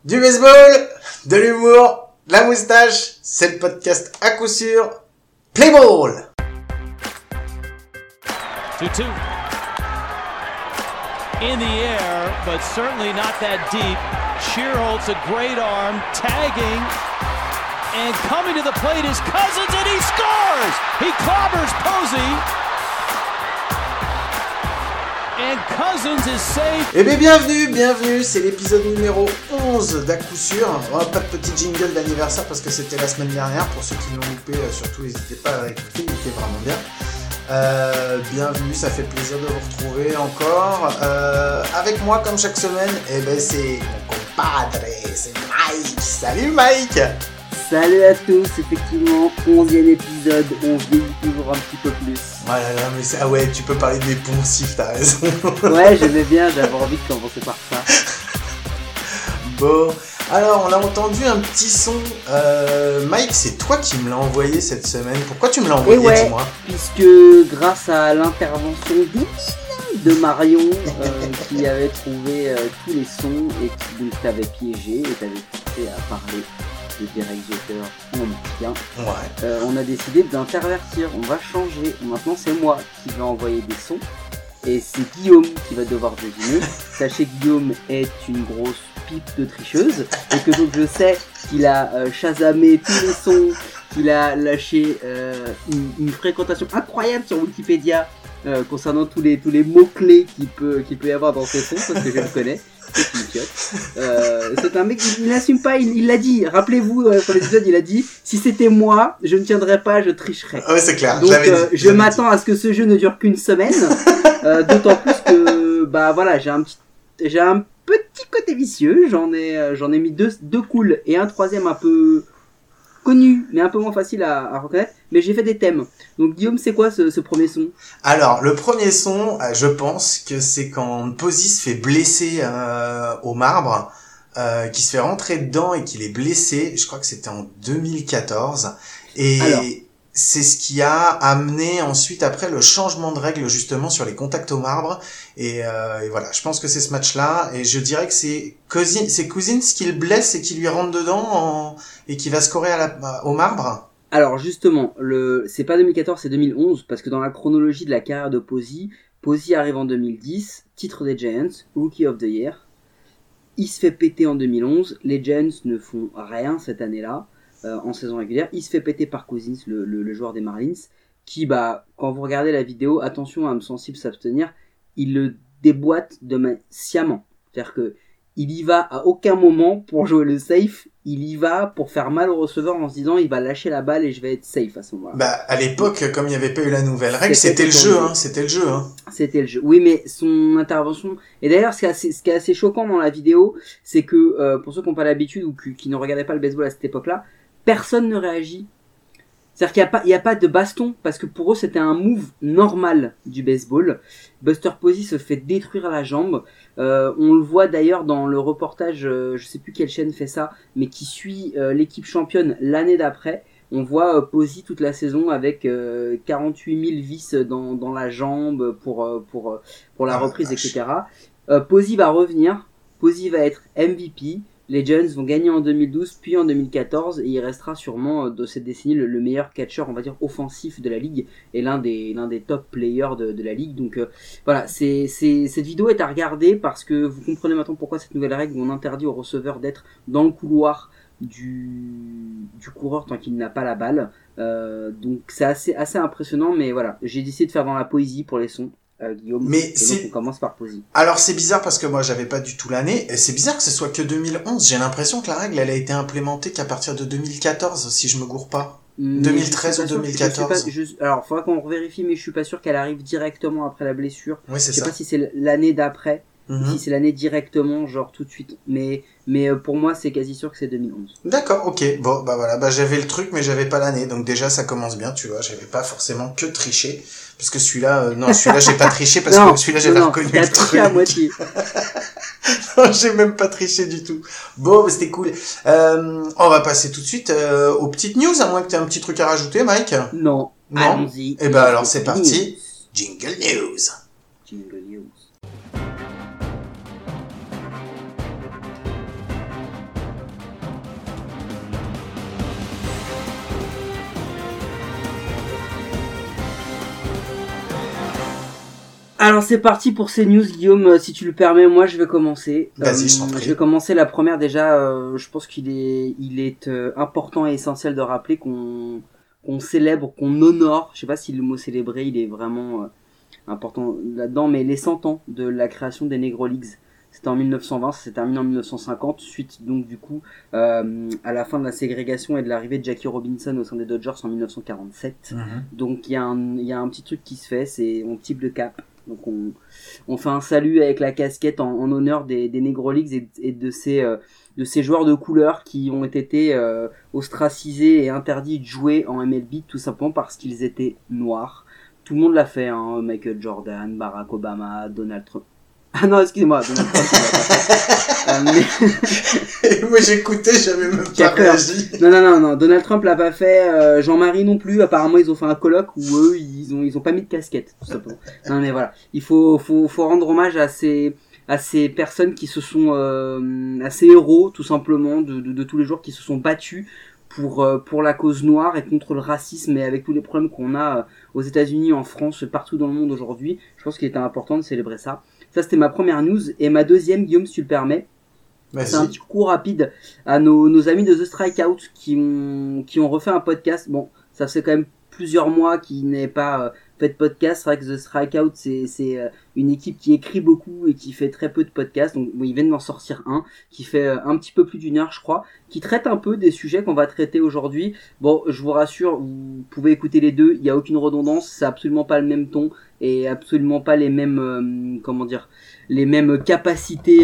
Du baseball, de l'humour, la moustache, c'est le podcast à coup sûr. Play ball! 2-2. In the air, but certainly not that deep. Shearholt's a great arm, tagging, and coming to the plate is Cousins, and he scores! He clobbers Posey. And Cousins is safe. Eh bien bienvenue, c'est l'épisode numéro 11 d'à coup sûr. Pas de petit jingle d'anniversaire parce que c'était la semaine dernière. Pour ceux qui l'ont loupé, surtout n'hésitez pas à écouter, il était vraiment bien. Bienvenue, ça fait plaisir de vous retrouver encore. Avec moi comme chaque semaine, c'est mon compadre, c'est Mike. Salut Mike. Salut à tous, effectivement, 11e épisode, on vieillit toujours un petit peu plus. Ouais, tu peux parler des poncifs, t'as raison. Ouais, j'aimais bien, j'avais envie de commencer par ça. Bon, alors on a entendu un petit son. Mike, c'est toi qui me l'as envoyé cette semaine. Pourquoi tu me l'as envoyé, dis-moi? Puisque grâce à l'intervention de Marion, qui avait trouvé tous les sons et qui donc t'avait piégé et t'avait forcé à parler de Derek Jeter en américain. Ouais. On a décidé d'intervertir, on va changer. Maintenant c'est moi qui vais envoyer des sons et c'est Guillaume qui va devoir deviner. Sachez que Guillaume est une grosse pipe de tricheuse et que donc je sais qu'il a chasamé tous les sons, qu'il a lâché une fréquentation incroyable sur Wikipédia concernant tous les mots-clés qu'il peut y avoir dans ses sons parce que je le connais. C'est une idiote. C'est un mec, il n'assume pas, il l'a dit. Rappelez-vous, sur l'épisode, il a dit si c'était moi, je ne tiendrais pas, je tricherais. Ouais, c'est clair. Donc, je m'attends à ce que ce jeu ne dure qu'une semaine. D'autant plus que, j'ai un petit côté vicieux. J'en ai mis deux cools et un troisième un peu connu, mais un peu moins facile à reconnaître. Mais j'ai fait des thèmes. Donc Guillaume, c'est quoi ce premier son? Alors, le premier son, je pense que c'est quand Posey se fait blesser au marbre, qui se fait rentrer dedans et qu'il est blessé. Je crois que c'était en 2014. Et alors, c'est ce qui a amené ensuite après le changement de règle justement sur les contacts au marbre. Et voilà, je pense que c'est ce match-là. Et je dirais que c'est Cousins qui le blesse et qui lui rentre dedans et qui va scorer au marbre. Alors justement, c'est pas 2014, c'est 2011, parce que dans la chronologie de la carrière de Posey arrive en 2010, titre des Giants, Rookie of the Year. Il se fait péter en 2011, les Giants ne font rien cette année-là, en saison régulière. Il se fait péter par Cousins, le joueur des Marlins, qui, quand vous regardez la vidéo, attention à âme sensible s'abstenir, il le déboîte sciemment. C'est-à-dire que il y va à aucun moment pour jouer le safe, il y va pour faire mal au receveur en se disant il va lâcher la balle et je vais être safe à ce moment-là. À l'époque, comme il n'y avait pas eu la nouvelle règle, c'était le jeu. C'était le jeu. Oui, mais son intervention, et d'ailleurs ce qui est assez choquant dans la vidéo, c'est que pour ceux qui n'ont pas l'habitude ou qui ne regardaient pas le baseball à cette époque-là, personne ne réagit. C'est-à-dire qu'il n'y a pas de baston, parce que pour eux c'était un move normal du baseball. Buster Posey se fait détruire la jambe. On le voit d'ailleurs dans le reportage, je sais plus quelle chaîne fait ça, mais qui suit l'équipe championne l'année d'après. On voit Posey toute la saison avec 48 000 vis dans la jambe pour la reprise, etc. Posey va revenir, Posey va être MVP. Les Giants vont gagner en 2012, puis en 2014, et il restera sûrement de cette décennie le meilleur catcheur, on va dire, offensif de la ligue, et l'un des top players de la ligue. Donc voilà, cette vidéo est à regarder parce que vous comprenez maintenant pourquoi cette nouvelle règle où on interdit au receveur d'être dans le couloir du coureur tant qu'il n'a pas la balle. Donc c'est assez impressionnant, mais voilà, j'ai décidé de faire dans la poésie pour les sons. Guillaume, mais donc on commence par Posey. Alors c'est bizarre parce que moi j'avais pas du tout l'année, et c'est bizarre que ce soit que 2011, j'ai l'impression que la règle elle a été implémentée qu'à partir de 2014 si je me gourre pas. 2013 ou 2014. Alors faudra qu'on vérifie, mais je suis pas sûr qu'elle arrive directement après la blessure. Oui, c'est ça. Je sais pas si c'est l'année d'après, si c'est l'année directement, genre tout de suite, mais pour moi c'est quasi sûr que c'est 2011. D'accord, ok. Bon, voilà, j'avais le truc mais j'avais pas l'année, donc déjà ça commence bien, tu vois, j'avais pas forcément que triché. Parce que celui-là, j'ai pas triché parce que celui-là j'avais reconnu le truc. Triché à moitié. Non, j'ai même pas triché du tout. Bon, c'était cool. On va passer tout de suite aux petites news, à moins que tu aies un petit truc à rajouter, Mike. Non. Allons-y. Et alors c'est parti. Jingle News. Alors c'est parti pour ces news, Guillaume, si tu le permets, moi je vais commencer. Vas-y, je t'en prie. Je vais commencer la première déjà, je pense qu'il est important et essentiel de rappeler qu'on célèbre, qu'on honore, je sais pas si le mot célébrer il est vraiment important là-dedans, mais les 100 ans de la création des Negro Leagues. C'était en 1920, ça s'est terminé en 1950, suite donc du coup à la fin de la ségrégation et de l'arrivée de Jackie Robinson au sein des Dodgers en 1947. Donc il y a un petit truc qui se fait, c'est on type le cap. Donc on fait un salut avec la casquette en honneur des Negro Leagues et de ces joueurs de couleur qui ont été ostracisés et interdits de jouer en MLB tout simplement parce qu'ils étaient noirs. Tout le monde l'a fait, hein, Michael Jordan, Barack Obama, Donald Trump. Ah non, excusez-moi, Donald Trump. Moi j'écoutais, j'avais même pas réagi. Non, Donald Trump l'a pas fait, Jean-Marie non plus. Apparemment, ils ont fait un colloque où eux, ils ont pas mis de casquette, tout simplement. Non mais voilà, il faut rendre hommage à ces personnes qui se sont, à ces héros, tout simplement, de tous les jours qui se sont battus pour la cause noire et contre le racisme et avec tous les problèmes qu'on a aux États-Unis, en France, partout dans le monde aujourd'hui. Je pense qu'il était important de célébrer ça. Ça, c'était ma première news. Et ma deuxième, Guillaume, si tu le permets, Vas-y. c'est un petit coup rapide à nos amis de The Strikeout qui ont refait un podcast. Bon, ça fait quand même plusieurs mois qu'ils n'avaient pas fait de podcast. C'est vrai que The Strikeout, c'est une équipe qui écrit beaucoup et qui fait très peu de podcasts. Donc, bon, ils viennent d'en sortir un qui fait un petit peu plus d'une heure, je crois, qui traite un peu des sujets qu'on va traiter aujourd'hui. Bon, je vous rassure, vous pouvez écouter les deux. Il n'y a aucune redondance. C'est absolument pas le même ton et absolument pas les mêmes, les mêmes capacités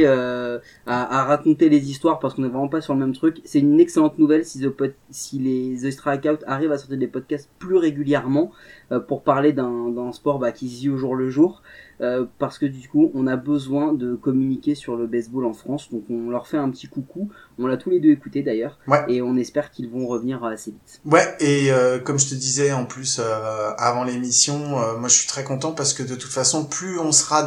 à raconter les histoires parce qu'on est vraiment pas sur le même truc. C'est une excellente nouvelle si les The Strikeout arrivent à sortir des podcasts plus régulièrement pour parler d'un sport qui se vit au jour le jour. Parce que du coup on a besoin de communiquer sur le baseball en France, donc on leur fait un petit coucou, on l'a tous les deux écouté d'ailleurs, ouais. Et on espère qu'ils vont revenir assez vite. Ouais, et comme je te disais en plus avant l'émission, moi je suis très content parce que de toute façon plus on sera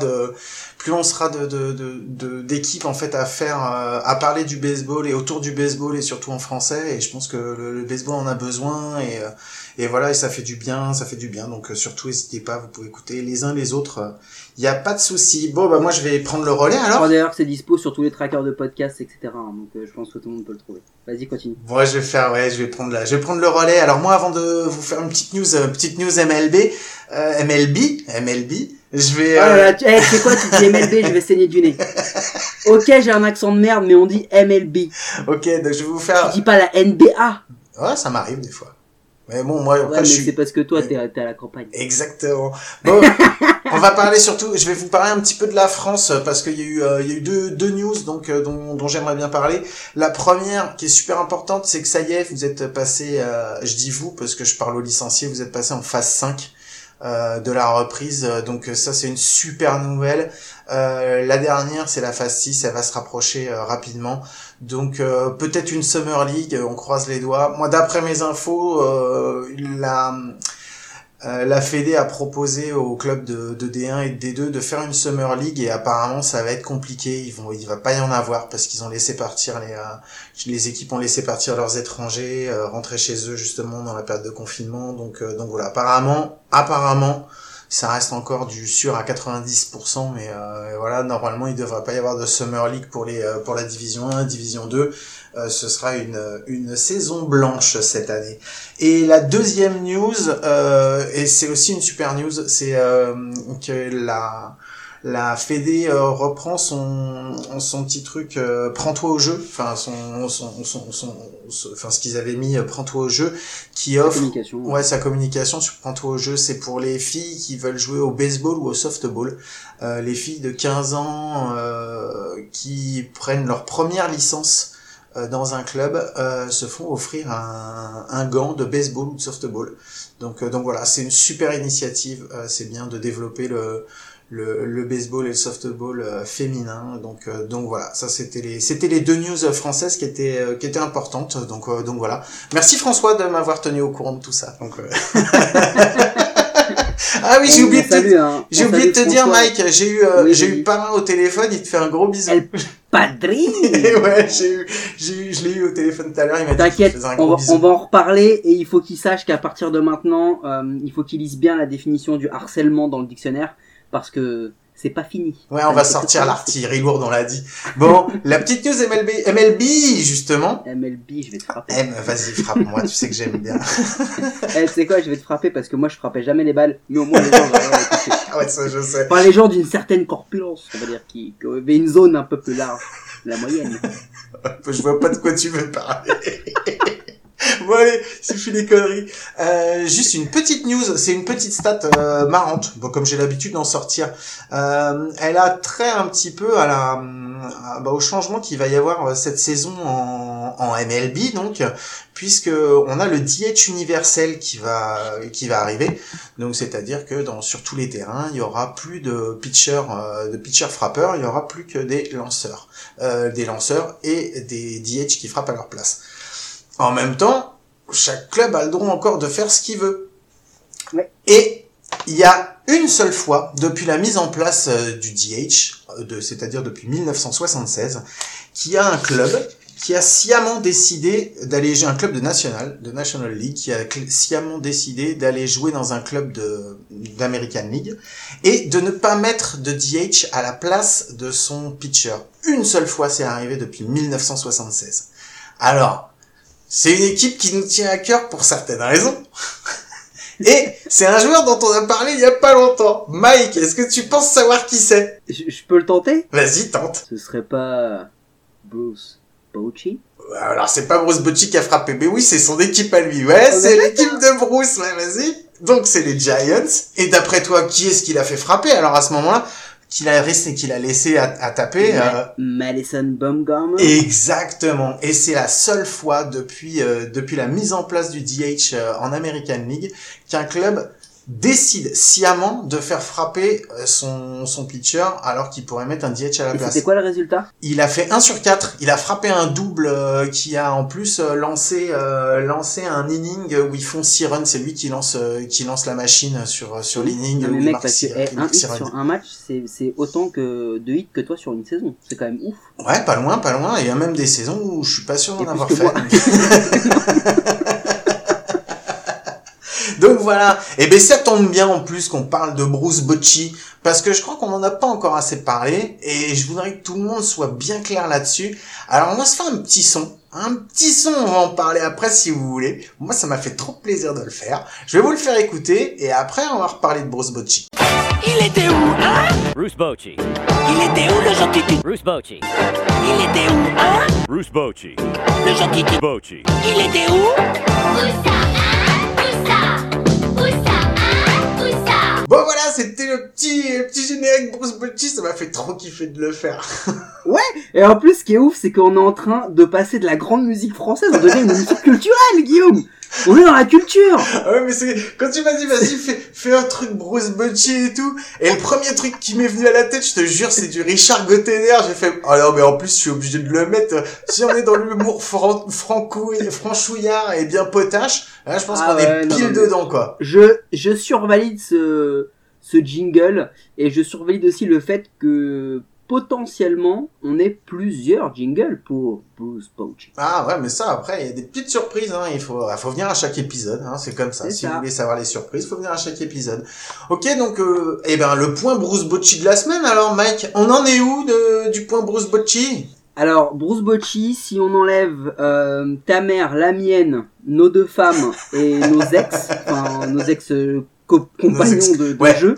d'équipes en fait à faire à parler du baseball et autour du baseball et surtout en français, et je pense que le baseball en a besoin et voilà, et ça fait du bien, donc surtout n'hésitez pas, vous pouvez écouter les uns les autres, il y a pas de souci. Bon moi je vais prendre le relais alors. Je crois d'ailleurs que c'est dispo sur tous les trackers de podcasts, etc. Donc je pense que tout le monde peut le trouver. Vas-y, continue. Bon, je vais prendre le relais. Alors moi, avant de vous faire une petite news MLB, je vais. Oh là là, c'est quoi, tu dis MLB, je vais saigner du nez. Ok, j'ai un accent de merde, mais on dit MLB. Ok, donc je vais vous faire. Tu dis pas la NBA. Ouais, ça m'arrive des fois. Mais bon, moi, après, ouais, mais c'est parce que toi, t'es à la campagne. Exactement. Bon, on va parler surtout, je vais vous parler un petit peu de la France, parce qu'il y a eu deux news, donc, dont j'aimerais bien parler. La première, qui est super importante, c'est que ça y est, vous êtes passé, je dis vous, parce que je parle aux licenciés, vous êtes passé en phase 5. De la reprise, donc ça c'est une super nouvelle. La dernière c'est la phase 6, elle va se rapprocher rapidement, donc peut-être une Summer League, on croise les doigts. Moi d'après mes infos, la Fédé a proposé aux clubs de D1 et de D2 de faire une Summer League, et apparemment ça va être compliqué, il va pas y en avoir parce qu'ils ont laissé partir les équipes ont laissé partir leurs étrangers, rentrer chez eux justement dans la période de confinement, donc voilà, apparemment ça reste encore du sûr à 90%, mais voilà, normalement il devrait pas y avoir de Summer League pour la division 1, division 2. Ce sera une saison blanche cette année. Et la deuxième news, et c'est aussi une super news, c'est que la Fédé reprend son petit truc prends-toi au jeu, enfin ce qu'ils avaient mis prends-toi au jeu, qui offre sa communication sur prends-toi au jeu. C'est pour les filles qui veulent jouer au baseball ou au softball, les filles de 15 ans qui prennent leur première licence dans un club se font offrir un gant de baseball ou de softball. Donc voilà, c'est une super initiative, c'est bien de développer le baseball et le softball féminin, donc voilà, ça c'était les deux news françaises qui étaient importantes, donc voilà. Merci François de m'avoir tenu au courant de tout ça. Donc ah oui, j'ai oublié de te dire, Mike, j'ai eu Parrain au téléphone, il te fait un gros bisou. El Padrine. Ouais, je l'ai eu au téléphone tout à l'heure, il m'a dit qu'il faisait un gros bisou. On va en reparler, et il faut qu'il sache qu'à partir de maintenant, il faut qu'il lise bien la définition du harcèlement dans le dictionnaire, parce que c'est pas fini. Ouais, on va sortir l'artillerie lourde, on l'a dit. Bon, la petite news MLB, justement. MLB, je vais te frapper. Vas-y, frappe-moi, tu sais que j'aime bien. Tu sais quoi, je vais te frapper parce que moi je frappais jamais les balles, mais au moins les gens ouais, ça je sais. Enfin, les gens d'une certaine corpulence, on va dire, qui avaient une zone un peu plus large, la moyenne. Je vois pas de quoi tu veux parler. Bon allez, suffit des conneries. Juste une petite news, c'est une petite stat marrante. Bon, comme j'ai l'habitude d'en sortir, elle a trait un petit peu à au changement qu'il va y avoir cette saison en MLB, donc, puisque on a le DH universel qui va arriver. Donc c'est-à-dire que sur tous les terrains, il y aura plus de pitchers frappeurs, il y aura plus que des lanceurs et des DH qui frappent à leur place. En même temps, chaque club a le droit encore de faire ce qu'il veut. Ouais. Et il y a une seule fois, depuis la mise en place du DH, c'est-à-dire depuis 1976, qu'il y a un club qui a sciemment décidé d'aller jouer, un club de National League, qui a sciemment décidé d'aller jouer dans un club d'American League, et de ne pas mettre de DH à la place de son pitcher. Une seule fois, c'est arrivé depuis 1976. Alors, c'est une équipe qui nous tient à cœur pour certaines raisons. Et c'est un joueur dont on a parlé il y a pas longtemps. Mike, est-ce que tu penses savoir qui c'est? Je peux le tenter? Vas-y, tente. Ce serait pas Bruce Bochy? Alors, c'est pas Bruce Bochy qui a frappé, mais oui, c'est son équipe à lui. Ouais, c'est l'équipe de Bruce, ouais, vas-y. Donc, c'est les Giants. Et d'après toi, qui est-ce qui l'a fait frapper? Alors, à ce moment-là, qu'il a laissé à taper. Madison Bumgarner. Exactement. Et c'est la seule fois depuis la mise en place du DH en American League qu'un club décide sciemment de faire frapper son pitcher alors qu'il pourrait mettre un DH à la place. C'était quoi le résultat? Il a fait 1/4. Il a frappé un double qui a en plus lancé un inning où ils font 6 runs. C'est lui qui lance la machine sur l'inning. Non mais mec, parce que un hit sur un match, c'est autant que de hits que toi sur une saison. C'est quand même ouf. Ouais, pas loin. Il y a même des saisons où je suis pas sûr d'en avoir fait. Donc voilà, et ben ça tombe bien en plus qu'on parle de Bruce Bochy, parce que je crois qu'on en a pas encore assez parlé, et je voudrais que tout le monde soit bien clair là-dessus. Alors on va se faire un petit son, on va en parler après si vous voulez. Moi ça m'a fait trop plaisir de le faire, je vais vous le faire écouter, et après on va reparler de Bruce Bochy. Il était où, hein? Bruce Bochy. Il était où le gentil type? Bruce Bochy. Il était où, hein? Bruce Bochy. Le gentil type? Bochy. Il était où? Bon voilà, c'était le petit générique Bruce Bochy, ça m'a fait trop kiffer de le faire. Ouais, et en plus ce qui est ouf, c'est qu'on est en train de passer de la grande musique française, on devient une musique culturelle, Guillaume. On est dans la culture. Ah ouais, mais c'est quand tu m'as dit vas-y fais un truc Bruce Bochy et tout, et le premier truc qui m'est venu à la tête, je te jure, c'est du Richard Gottener. J'ai fait oh non mais en plus je suis obligé de le mettre. Si on est dans l'humour franchouillard et bien potache, là je pense qu'on est pile dedans quoi. Je survalide ce jingle, et je survalide aussi le fait que potentiellement on ait plusieurs jingles pour Bruce Bochy. Ah ouais, mais ça après il y a des petites surprises, hein. Il faut venir à chaque épisode, hein. C'est comme ça. Si vous voulez savoir les surprises, faut venir à chaque épisode. Ok, donc le point Bruce Bochy de la semaine. Alors Mike, on en est où du point Bruce Bochy? Alors Bruce Bochy, si on enlève ta mère, la mienne, nos deux femmes et nos ex compagnons de jeu,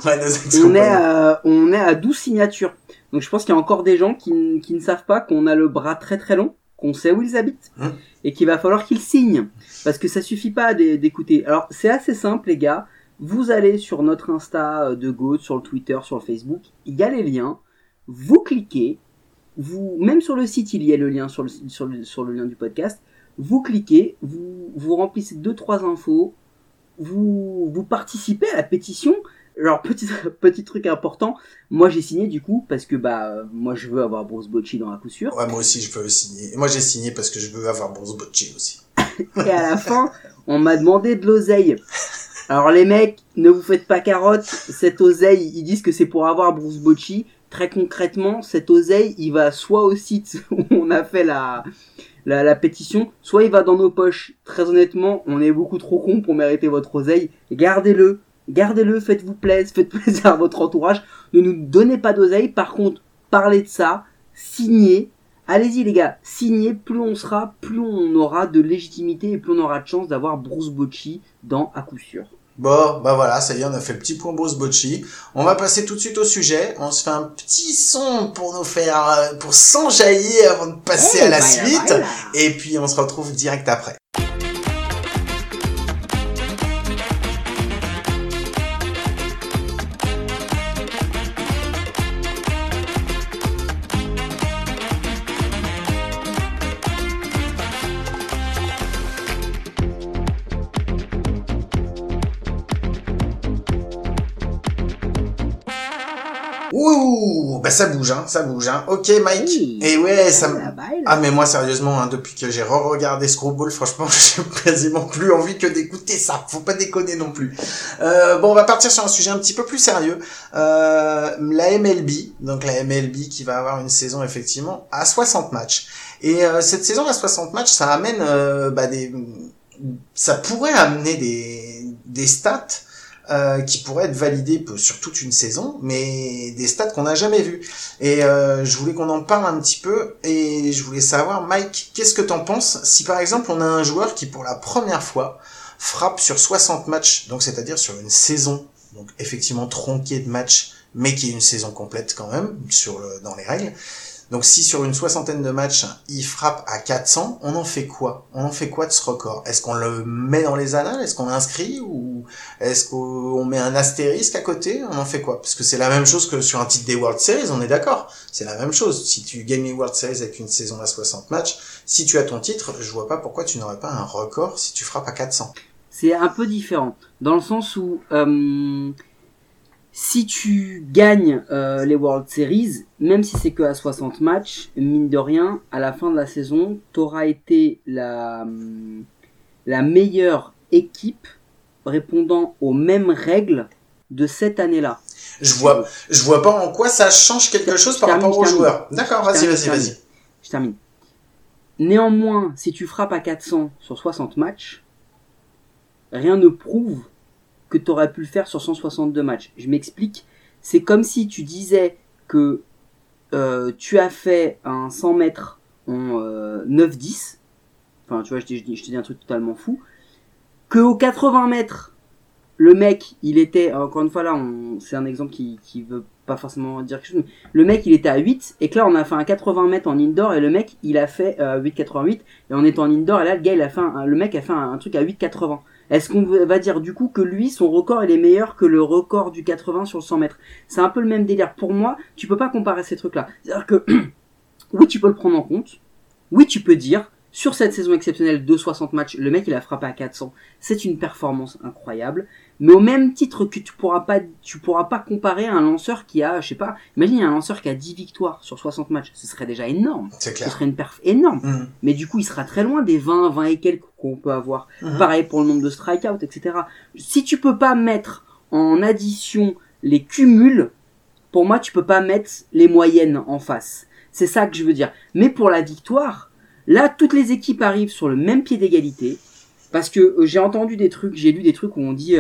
on est à 12 signatures. Donc je pense qu'il y a encore des gens qui ne savent pas qu'on a le bras très très long, qu'on sait où ils habitent, et qu'il va falloir qu'ils signent, parce que ça suffit pas d'écouter. Alors c'est assez simple les gars, vous allez sur notre Insta de GOAT, sur le Twitter, sur le Facebook, il y a les liens, vous cliquez, même sur le site il y a le lien sur le lien du podcast, vous cliquez, vous remplissez 2-3 infos, vous participez à la pétition. Alors petit truc important, moi j'ai signé du coup parce que moi je veux avoir Bruce Bochy dans la coup sûr. Ouais, moi aussi je veux signer. Moi j'ai signé parce que je veux avoir Bruce Bochy aussi. Et à la fin, on m'a demandé de l'oseille. Alors les mecs, ne vous faites pas carotte, cette oseille, ils disent que c'est pour avoir Bruce Bochy. Très concrètement, cette oseille, il va soit au site où on a fait la pétition, soit il va dans nos poches. Très honnêtement, on est beaucoup trop cons pour mériter votre oseille. Gardez-le. Gardez-le, faites plaisir à votre entourage. Ne nous donnez pas d'oseille. Par contre, parlez de ça, signez. Allez-y les gars, signez. Plus on sera, plus on aura de légitimité et plus on aura de chance d'avoir Bruce Bochy à coup sûr. Bon, bah voilà, ça y est, on a fait le petit point Bruce Bochy. On va passer tout de suite au sujet. On se fait un petit son pour nous faire, pour s'enjailler avant de passer à la suite. Et puis on se retrouve direct après. Ouh, bah ça bouge, hein. Ok, Mike. Oui. Et ouais, Baila. Ah, mais moi, sérieusement, hein, depuis que j'ai re-regardé Screwball, franchement, j'ai quasiment plus envie que d'écouter ça. Faut pas déconner non plus. Bon, on va partir sur un sujet un petit peu plus sérieux. La MLB. Donc, la MLB qui va avoir une saison, effectivement, à 60 matchs. Et, cette saison à 60 matchs, ça amène, ça pourrait amener des stats qui pourraient être validés sur toute une saison, mais des stats qu'on n'a jamais vues. Et je voulais qu'on en parle un petit peu, et je voulais savoir, Mike, qu'est-ce que t'en penses si par exemple on a un joueur qui pour la première fois frappe sur 60 matchs, donc c'est-à-dire sur une saison, donc effectivement tronquée de matchs, mais qui est une saison complète quand même, dans les règles. Donc si sur une soixantaine de matchs, il frappe à 400, on en fait quoi? On en fait quoi de ce record? Est-ce qu'on le met dans les annales? Est-ce qu'on l'inscrit? Ou est-ce qu'on met un astérisque à côté? On en fait quoi? Parce que c'est la même chose que sur un titre des World Series, on est d'accord. C'est la même chose. Si tu gagnes les World Series avec une saison à 60 matchs, si tu as ton titre, je vois pas pourquoi tu n'aurais pas un record si tu frappes à 400. C'est un peu différent, dans le sens où si tu gagnes les World Series, même si c'est que à 60 matchs, mine de rien, à la fin de la saison, t'auras été la meilleure équipe répondant aux mêmes règles de cette année-là. Je vois pas en quoi ça change quelque chose par rapport aux joueurs. D'accord, vas-y. Je termine. Néanmoins, si tu frappes à 400 sur 60 matchs, rien ne prouve que tu aurais pu le faire sur 162 matchs. Je m'explique. C'est comme si tu disais que tu as fait un 100 mètres en 9-10. Enfin, tu vois, je te dis un truc totalement fou. Que aux 80 mètres, le mec, il était... Encore une fois, là, c'est un exemple qui veut pas forcément dire quelque chose. Mais le mec, il était à 8. Et que là, on a fait un 80 mètres en indoor. Et le mec, il a fait 8,88. Et on est en indoor. Et là, le gars, le mec a fait un truc à 8,80. Est-ce qu'on va dire du coup que lui, son record, il est meilleur que le record du 80 sur le 100 mètres? C'est un peu le même délire. Pour moi, tu peux pas comparer ces trucs-là. C'est-à-dire que, oui, tu peux le prendre en compte. Oui, tu peux dire, sur cette saison exceptionnelle de 60 matchs, le mec, il a frappé à 400. C'est une performance incroyable. Mais au même titre que tu pourras pas comparer un lanceur qui a, je sais pas, imagine, il y a un lanceur qui a 10 victoires sur 60 matchs. Ce serait déjà énorme. C'est clair. Ce serait une perf énorme. Mais du coup, il sera très loin des 20 et quelques qu'on peut avoir. Pareil pour le nombre de strikeouts, etc. Si tu peux pas mettre en addition les cumuls, pour moi, tu peux pas mettre les moyennes en face. C'est ça que je veux dire. Mais pour la victoire, là, toutes les équipes arrivent sur le même pied d'égalité. Parce que j'ai lu des trucs où on dit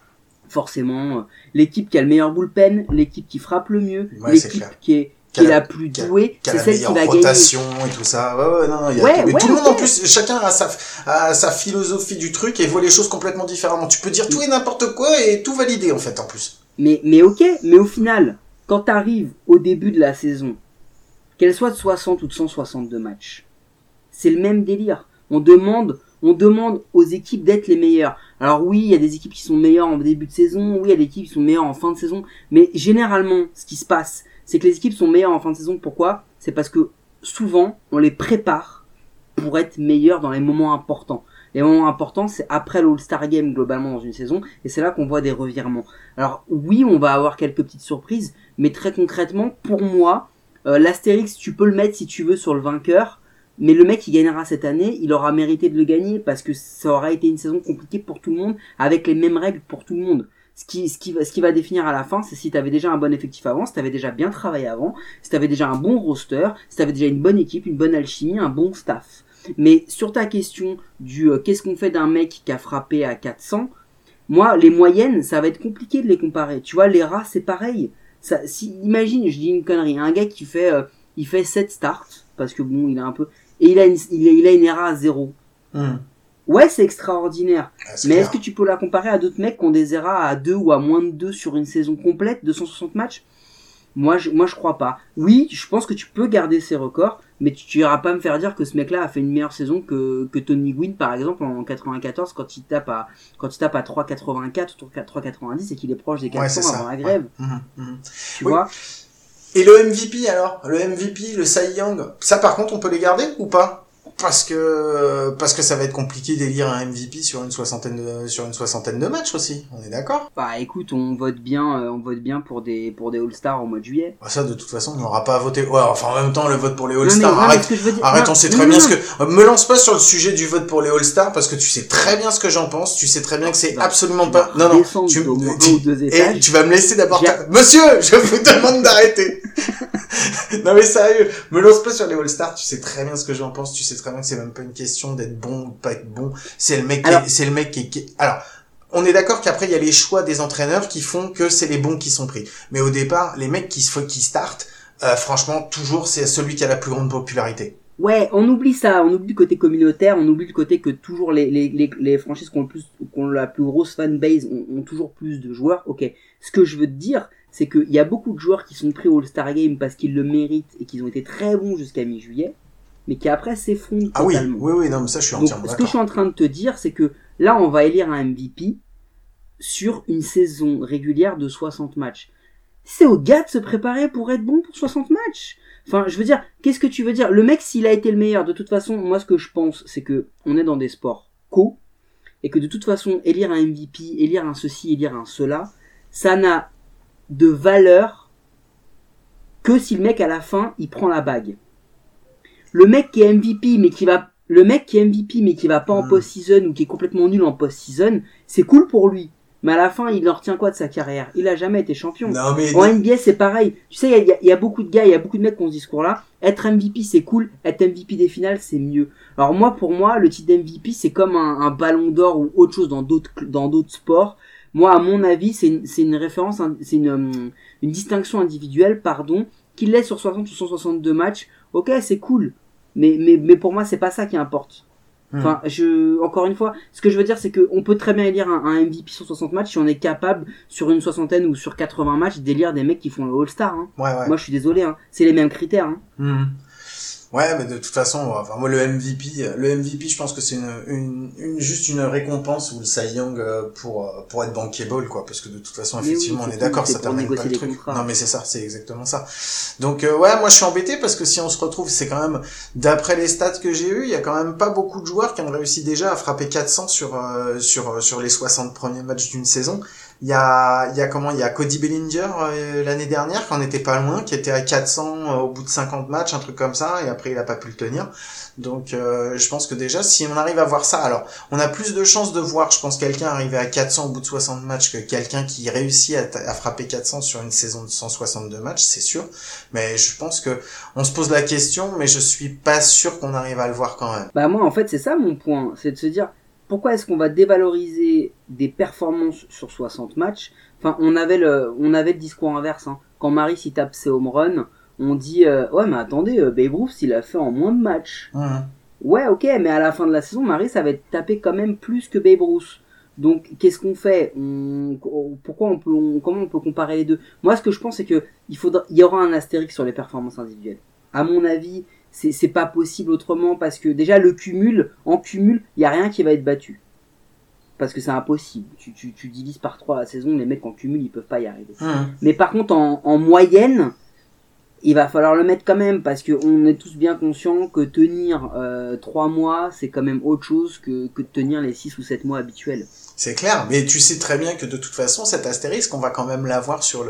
forcément l'équipe qui a le meilleur bullpen, l'équipe qui frappe le mieux, l'équipe qui est la plus douée, c'est celle qui va gagner. Rotation et tout ça. Mais tout le monde en plus, chacun a sa philosophie du truc et voit les choses complètement différemment. Tu peux dire tout et n'importe quoi et tout valider en fait en plus. Mais ok, mais au final, quand t'arrives au début de la saison, qu'elle soit de 60 ou de 162 matchs, c'est le même délire. On demande aux équipes d'être les meilleures. Alors oui, il y a des équipes qui sont meilleures en début de saison, oui, il y a des équipes qui sont meilleures en fin de saison, mais généralement, ce qui se passe, c'est que les équipes sont meilleures en fin de saison. Pourquoi? C'est parce que souvent, on les prépare pour être meilleurs dans les moments importants. Les moments importants, c'est après l'All-Star Game globalement dans une saison, et c'est là qu'on voit des revirements. Alors oui, on va avoir quelques petites surprises, mais très concrètement, pour moi, l'astérix, tu peux le mettre si tu veux sur le vainqueur, mais le mec qui gagnera cette année, il aura mérité de le gagner parce que ça aura été une saison compliquée pour tout le monde, avec les mêmes règles pour tout le monde. Ce qui va définir à la fin, c'est si t'avais déjà un bon effectif avant, si t'avais déjà bien travaillé avant, si t'avais déjà un bon roster, si t'avais déjà une bonne équipe, une bonne alchimie, un bon staff. Mais sur ta question du qu'est-ce qu'on fait d'un mec qui a frappé à 400, Moi, les moyennes, ça va être compliqué de les comparer. Tu vois, les rats, c'est pareil. Imagine, je dis une connerie, un gars qui fait, il fait 7 starts, parce que bon, il a un peu, et il a une ERA à 0. Ouais, c'est extraordinaire. Mais est-ce que tu peux la comparer à d'autres mecs qui ont des ERA à 2 ou à moins de 2 sur une saison complète de 160 matchs? Moi, je crois pas. Oui, je pense que tu peux garder ses records, mais tu iras pas me faire dire que ce mec-là a fait une meilleure saison que Tony Gwynn, par exemple, en 94, quand il tape à 3,84 ou 3,90 et qu'il est proche des 400 avant la grève. Tu vois? Et le MVP alors? Le MVP, le Cy Young, ça par contre on peut les garder ou pas? Parce que ça va être compliqué d'élire un MVP sur une soixantaine de matchs aussi. On est d'accord? Bah écoute, on vote bien pour des All-Stars au mois de juillet. Bah ça de toute façon, on n'aura pas à voter. Ouais, enfin en même temps le vote pour les All-Stars. Arrête, on sait très bien ce que me lance pas sur le sujet du vote pour les All-Stars parce que tu sais très bien ce que j'en pense, tu sais très bien que c'est absolument pas tu vas me laisser d'abord Monsieur, je vous demande d'arrêter. Non mais sérieux, me lance pas sur les All-Stars, tu sais très bien ce que j'en pense, tu sais très bien que c'est même pas une question d'être bon ou pas être bon, c'est le mec qui alors, on est d'accord qu'après il y a les choix des entraîneurs qui font que c'est les bons qui sont pris. Mais au départ, les mecs qui startent, franchement, toujours c'est celui qui a la plus grande popularité. Ouais, on oublie ça, on oublie le côté communautaire, on oublie le côté que toujours les franchises qui ont la plus grosse fanbase ont toujours plus de joueurs. OK. Ce que je veux te dire, c'est qu'il y a beaucoup de joueurs qui sont pris au All-Star Game parce qu'ils le méritent et qu'ils ont été très bons jusqu'à mi-juillet, mais qui après s'effondrent totalement. Oui, non, mais ça je suis entièrement d'accord. Ce que je suis en train de te dire, c'est que là, on va élire un MVP sur une saison régulière de 60 matchs. C'est au gars de se préparer pour être bon pour 60 matchs. Enfin, je veux dire, qu'est-ce que tu veux dire? Le mec, s'il a été le meilleur, de toute façon, moi, ce que je pense, c'est que on est dans des sports et que de toute façon, élire un MVP, élire un ceci, élire un cela, ça n'a de valeur que si le mec, à la fin, il prend la bague. Le mec qui est MVP, mais qui va pas en post-season ou qui est complètement nul en post-season, c'est cool pour lui. Mais à la fin, il en retient quoi de sa carrière? Il a jamais été champion. Non, mais... En NBA, c'est pareil. Tu sais, il y a beaucoup de gars, il y a beaucoup de mecs qui ont ce discours-là. Être MVP, c'est cool. Être MVP des finales, c'est mieux. Alors pour moi, le titre d'MVP, c'est comme un ballon d'or ou autre chose dans d'autres sports. Moi, à mon avis, c'est une référence, c'est une distinction individuelle, qu'il laisse sur 60 ou 162 matchs. Ok, c'est cool. Mais pour moi, c'est pas ça qui importe. Enfin, encore une fois, ce que je veux dire, c'est que on peut très bien élire un MVP sur 60 matchs si on est capable, sur une soixantaine ou sur 80 matchs, d'élire des mecs qui font le All-Star, hein. Ouais. Moi, je suis désolé, hein. C'est les mêmes critères, hein. Ouais, mais de toute façon, enfin moi le MVP, je pense que c'est juste une récompense ou le Cy Young pour être bankable quoi, parce que de toute façon effectivement on est d'accord, ça termine pas le truc. Non mais c'est ça, c'est exactement ça. Donc ouais, moi je suis embêté parce que si on se retrouve, c'est quand même d'après les stats que j'ai eu, il y a quand même pas beaucoup de joueurs qui ont réussi déjà à frapper 400 sur les 60 premiers matchs d'une saison. Il y a Cody Bellinger l'année dernière qui en était pas loin, qui était à 400 au bout de 50 matchs, un truc comme ça, et après il a pas pu le tenir. Donc je pense que déjà si on arrive à voir ça, alors on a plus de chances de voir, je pense, quelqu'un arriver à 400 au bout de 60 matchs que quelqu'un qui réussit à frapper 400 sur une saison de 162 matchs, c'est sûr. Mais je pense que on se pose la question, mais je suis pas sûr qu'on arrive à le voir quand même. Bah moi en fait c'est ça mon point, c'est de se dire pourquoi est-ce qu'on va dévaloriser des performances sur 60 matchs? Enfin, on avait le discours inverse, hein. Quand Maris il tape ses home runs, on dit ouais mais attendez, Babe Ruth il a fait en moins de matchs. Ouais ok, mais à la fin de la saison, Maris avait tapé quand même plus que Babe Ruth. Donc qu'est-ce qu'on fait? Comment on peut comparer les deux? Moi ce que je pense c'est que il y aura un astérix sur les performances individuelles. À mon avis, c'est pas possible autrement parce que déjà en cumul, il y a rien qui va être battu. Parce que c'est impossible. Tu divises par 3 la saison, les mecs en cumul, ils peuvent pas y arriver. Mais par contre en moyenne, il va falloir le mettre quand même parce que on est tous bien conscients que tenir 3 mois, c'est quand même autre chose que de tenir les 6 ou 7 mois habituels. C'est clair, mais tu sais très bien que de toute façon cet astérisque, on va quand même l'avoir sur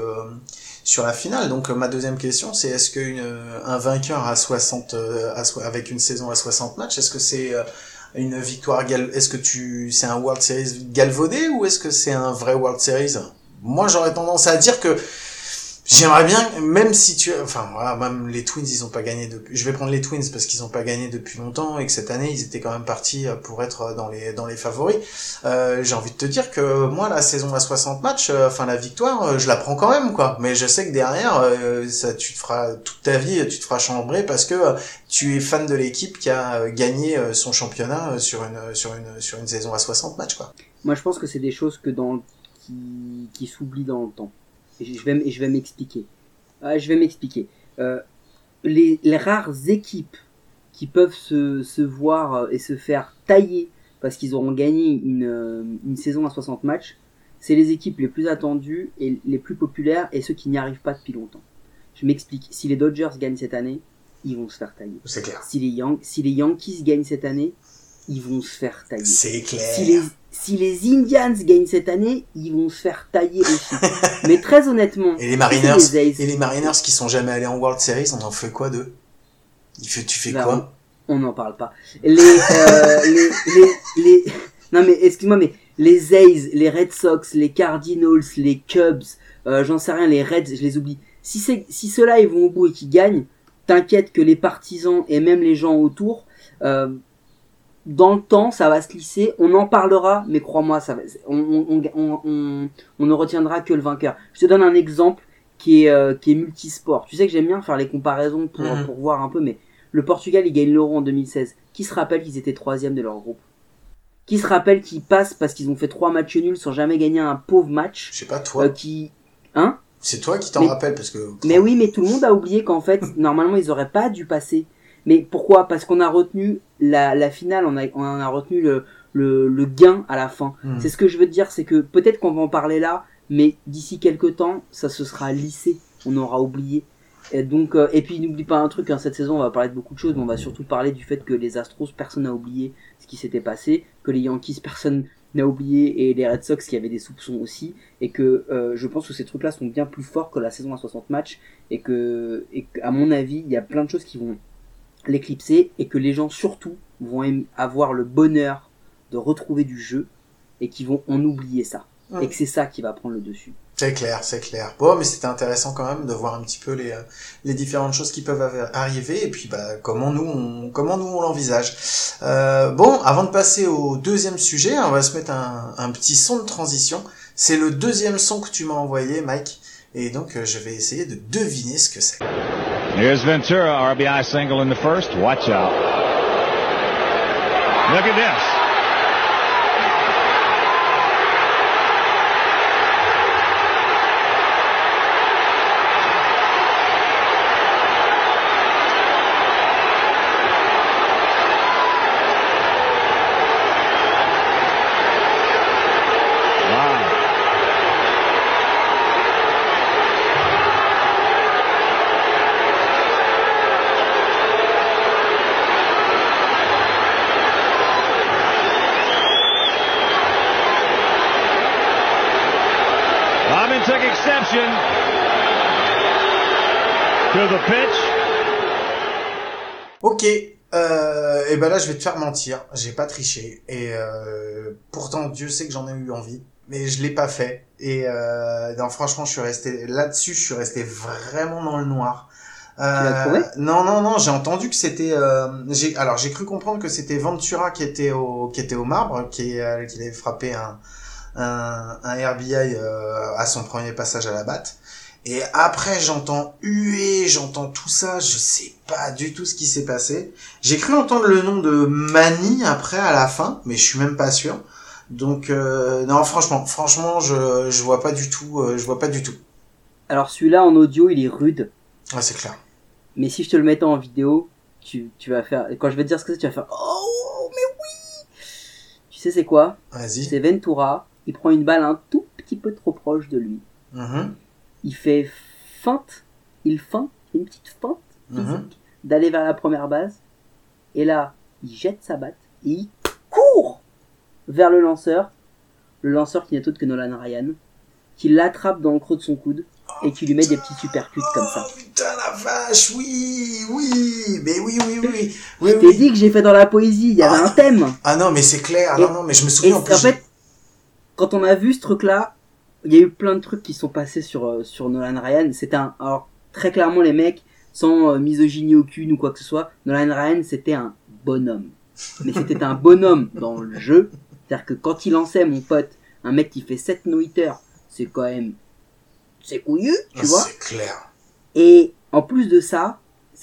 la finale. Donc ma deuxième question, c'est est-ce que un vainqueur à 60 avec une saison à 60 matchs, est-ce que c'est une victoire c'est un World Series galvaudé ou est-ce que c'est un vrai World Series? Moi, j'aurais tendance à dire que J'aimerais bien, même si enfin voilà, même les Twins ils ont pas gagné depuis. Je vais prendre les Twins parce qu'ils ont pas gagné depuis longtemps et que cette année ils étaient quand même partis pour être dans les favoris. J'ai envie de te dire que moi la saison à 60 matchs, enfin la victoire, je la prends quand même quoi. Mais je sais que derrière, ça tu te feras toute ta vie, tu te feras chambrer parce que tu es fan de l'équipe qui a gagné son championnat sur une saison à 60 matchs quoi. Moi, je pense que c'est des choses qui s'oublient dans le temps. Et je vais m'expliquer. Les rares équipes qui peuvent se voir et se faire tailler parce qu'ils auront gagné une saison à 60 matchs, c'est les équipes les plus attendues et les plus populaires et ceux qui n'y arrivent pas depuis longtemps. Je m'explique. Si les Dodgers gagnent cette année, ils vont se faire tailler. C'est clair. Si les Yankees gagnent cette année, ils vont se faire tailler. C'est clair. Si les Indians gagnent cette année, ils vont se faire tailler aussi. Mais très honnêtement, et les Mariners qui sont jamais allés en World Series, on en fait quoi d'eux? Tu fais là, quoi? On n'en parle pas. Non mais excuse-moi, mais les A's, les Red Sox, les Cardinals, les Cubs, j'en sais rien, les Reds, je les oublie. Si ceux-là ils vont au bout et qu'ils gagnent, t'inquiète que les partisans et même les gens autour, dans le temps, ça va se lisser. On en parlera, mais crois-moi, on ne retiendra que le vainqueur. Je te donne un exemple qui est multisport. Tu sais que j'aime bien faire les comparaisons pour voir un peu, mais le Portugal, il gagne l'Euro en 2016. Qui se rappelle qu'ils étaient 3e de leur groupe? Qui se rappelle qu'ils passent parce qu'ils ont fait 3 matchs nuls sans jamais gagner un pauvre match? Je sais pas, toi. Hein? C'est toi qui t'en rappelles parce que. Mais oui, mais tout le monde a oublié qu'en fait, normalement, ils auraient pas dû passer. Mais pourquoi? Parce qu'on a retenu la finale, on a retenu le gain à la fin. C'est ce que je veux te dire, c'est que peut-être qu'on va en parler là, mais d'ici quelques temps, ça se sera lissé, on aura oublié. Et donc, et puis n'oublie pas un truc, hein, cette saison on va parler de beaucoup de choses, mais on va surtout parler du fait que les Astros, personne n'a oublié ce qui s'était passé, que les Yankees, personne n'a oublié, et les Red Sox qui avaient des soupçons aussi, et que je pense que ces trucs-là sont bien plus forts que la saison à 60 matchs, et que à mon avis, il y a plein de choses qui vont l'éclipser et que les gens surtout vont avoir le bonheur de retrouver du jeu et qui vont en oublier ça et que c'est ça qui va prendre le dessus. C'est clair. Bon, mais c'était intéressant quand même de voir un petit peu les différentes choses qui peuvent arriver et puis comment nous on l'envisage. Bon, avant de passer au deuxième sujet, on va se mettre un petit son de transition. C'est le deuxième son que tu m'as envoyé, Mike, et donc je vais essayer de deviner ce que c'est. Here's Ventura, RBI single in the first. Watch out. Look at this. Took exception to the pitch. Ok, et ben là je vais te faire mentir, j'ai pas triché et pourtant Dieu sait que j'en ai eu envie, mais je l'ai pas fait et non franchement je suis resté vraiment dans le noir. Tu l'as trouvé? Non, j'ai entendu que c'était j'ai cru comprendre que c'était Ventura qui était au marbre, qu'il avait frappé un RBI à son premier passage à la batte. Et après j'entends huer, j'entends tout ça, je sais pas du tout ce qui s'est passé. J'ai cru entendre le nom de Manny après à la fin, mais je suis même pas sûr. Donc non franchement je vois pas du tout, Alors celui-là en audio, il est rude. Ouais, c'est clair. Mais si je te le mettais en vidéo, tu vas faire, quand je vais te dire ce que c'est, tu vas faire oh mais oui. Tu sais c'est quoi? Vas-y. C'est Ventura. Il prend une balle un tout petit peu trop proche de lui. Il fait une petite feinte physique d'aller vers la première base. Et là, il jette sa batte et il court vers le lanceur qui n'est autre que Nolan Ryan, qui l'attrape dans le creux de son coude et qui lui met des petits supercuts comme ça. Oh putain la vache, oui, mais oui. Je t'ai dit que j'ai fait dans la poésie, il y avait un thème. Ah non, mais c'est clair, non, mais je me souviens en plus. En fait, quand on a vu ce truc-là, il y a eu plein de trucs qui sont passés sur Nolan Ryan. Alors très clairement les mecs, sans misogynie aucune ou quoi que ce soit, Nolan Ryan c'était un bonhomme. Mais c'était un bonhomme dans le jeu. C'est-à-dire que quand il lançait, mon pote, un mec qui fait 7 no-hitters, c'est quand même, c'est couillu, tu vois. C'est clair. Et en plus de ça,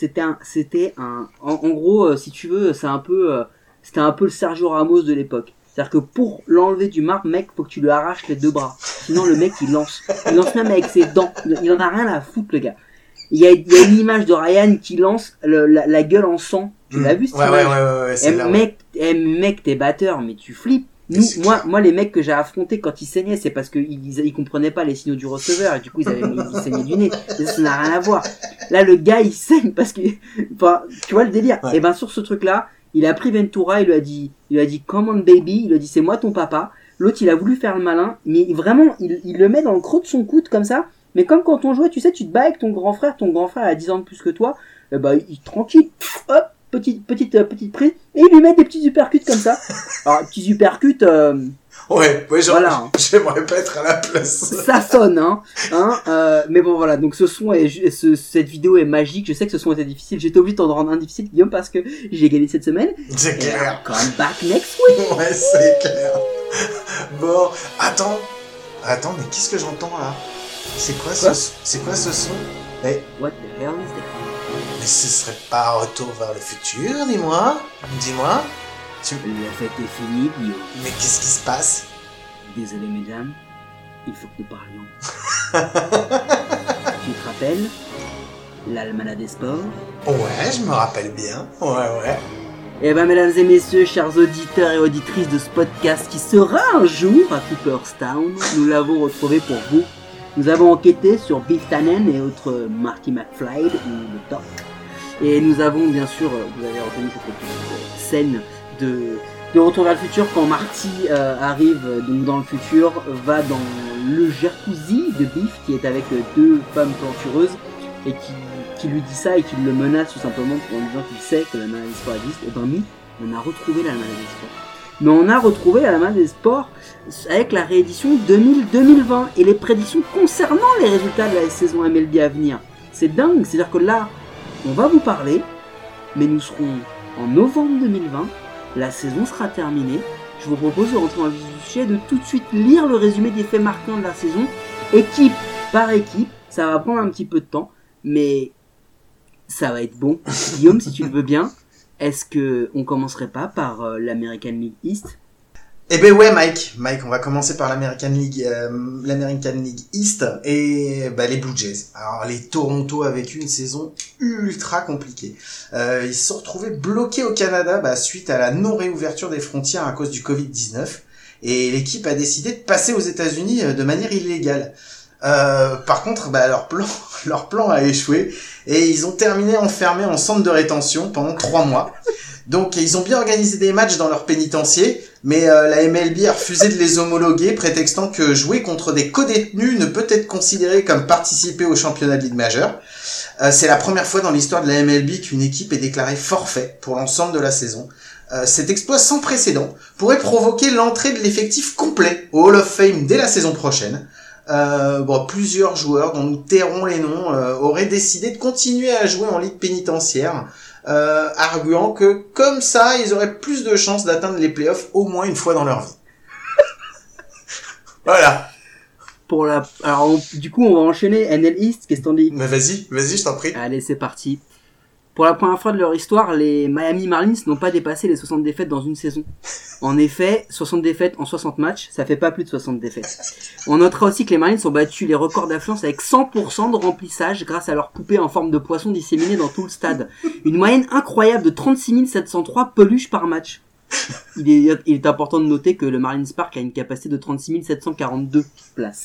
en gros, si tu veux, c'était un peu le Sergio Ramos de l'époque. C'est-à-dire que pour l'enlever du marbre, mec, faut que tu lui arraches les 2 bras. Sinon, le mec, il lance même avec ses dents. Il en a rien à foutre, le gars. Il y a une image de Ryan qui lance la gueule en sang. Tu l'as vu, cette image? Ouais, c'est là. Mec, t'es batteur, mais tu flippes. Moi, les mecs que j'ai affrontés quand ils saignaient, c'est parce qu'ils comprenaient pas les signaux du receveur et du coup ils saignaient du nez. Et ça n'a rien à voir. Là, le gars, il saigne parce que, enfin, tu vois le délire. Ouais. Et ben, sur ce truc-là, il a pris Ventura, il lui a dit, come on baby, il lui a dit, c'est moi ton papa. L'autre, il a voulu faire le malin, mais vraiment, il le met dans le creux de son coude comme ça. Mais comme quand on jouait, tu sais, tu te bats avec ton grand frère a 10 ans de plus que toi, il tranquille, hop, petite prise, et il lui met des petits uppercuts comme ça. Alors, petits uppercuts, Ouais, voilà, hein. J'aimerais pas être à la place. Ça sonne, mais bon, voilà. Donc, ce son cette vidéo est magique. Je sais que ce son était difficile. J'étais obligé de t'en rendre un difficile, Guillaume, parce que j'ai gagné cette semaine. C'est clair. Come back next week. Ouais, c'est clair. Bon, attends, mais qu'est-ce que j'entends là? C'est quoi ce son? Mais What the hell is that? ce serait pas Retour vers le futur, dis-moi. La fête est finie, Guillaume. Mais qu'est-ce qui se passe? Désolé, mesdames. Il faut que nous parlions. Tu te rappelles? L'Almanach des sports? Ouais, je me rappelle bien. Ouais. Eh ben, mesdames et messieurs, chers auditeurs et auditrices de ce podcast qui sera un jour à Cooperstown, nous l'avons retrouvé pour vous. Nous avons enquêté sur Biff Tannen et autres Marty McFly ou le Doc. Et nous avons bien sûr, vous avez reconnu cette petite scène de Retour vers le futur quand Marty arrive donc dans le futur, va dans le jacuzzi de Biff qui est avec 2 femmes plantureuses et qui lui dit ça et qui le menace tout simplement en disant qu'il sait que l'Almanach des sports existe. Et ben nous, on a retrouvé l'Almanach des sports. Mais on a retrouvé l'Almanach des sports avec la réédition 2020 et les prédictions concernant les résultats de la saison MLB à venir. C'est dingue, c'est-à-dire que là, on va vous parler, mais nous serons en novembre 2020, la saison sera terminée. Je vous propose de rentrer dans le vif du sujet, de tout de suite lire le résumé des faits marquants de la saison, équipe par équipe. Ça va prendre un petit peu de temps, mais ça va être bon. Guillaume, si tu le veux bien, est-ce que on commencerait pas par l'American League East? Eh ben ouais, Mike, on va commencer par l'American League East et les Blue Jays. Alors les Toronto a vécu une saison ultra compliquée. Ils se sont retrouvés bloqués au Canada suite à la non-réouverture des frontières à cause du Covid-19 et l'équipe a décidé de passer aux États-Unis de manière illégale. Par contre, leur plan a échoué et ils ont terminé enfermés en centre de rétention pendant 3 mois. Donc ils ont bien organisé des matchs dans leur pénitencier, mais la MLB a refusé de les homologuer, prétextant que jouer contre des co-détenus ne peut être considéré comme participer au championnat de Ligue majeure. C'est la première fois dans l'histoire de la MLB qu'une équipe est déclarée forfait pour l'ensemble de la saison. Cet exploit sans précédent pourrait provoquer l'entrée de l'effectif complet au Hall of Fame dès la saison prochaine. Plusieurs joueurs dont nous tairons les noms auraient décidé de continuer à jouer en ligue pénitentiaire, arguant que comme ça ils auraient plus de chances d'atteindre les playoffs au moins une fois dans leur vie. Voilà. Alors du coup on va enchaîner NL East, qu'est-ce qu'on dit? Mais vas-y, je t'en prie. Allez, c'est parti. Pour la première fois de leur histoire, les Miami Marlins n'ont pas dépassé les 60 défaites dans une saison. En effet, 60 défaites en 60 matchs, ça fait pas plus de 60 défaites. On notera aussi que les Marlins ont battu les records d'affluence avec 100% de remplissage grâce à leur poupée en forme de poisson disséminée dans tout le stade. Une moyenne incroyable de 36 703 peluches par match. Il est important de noter que le Marlins Park a une capacité de 36 742 places.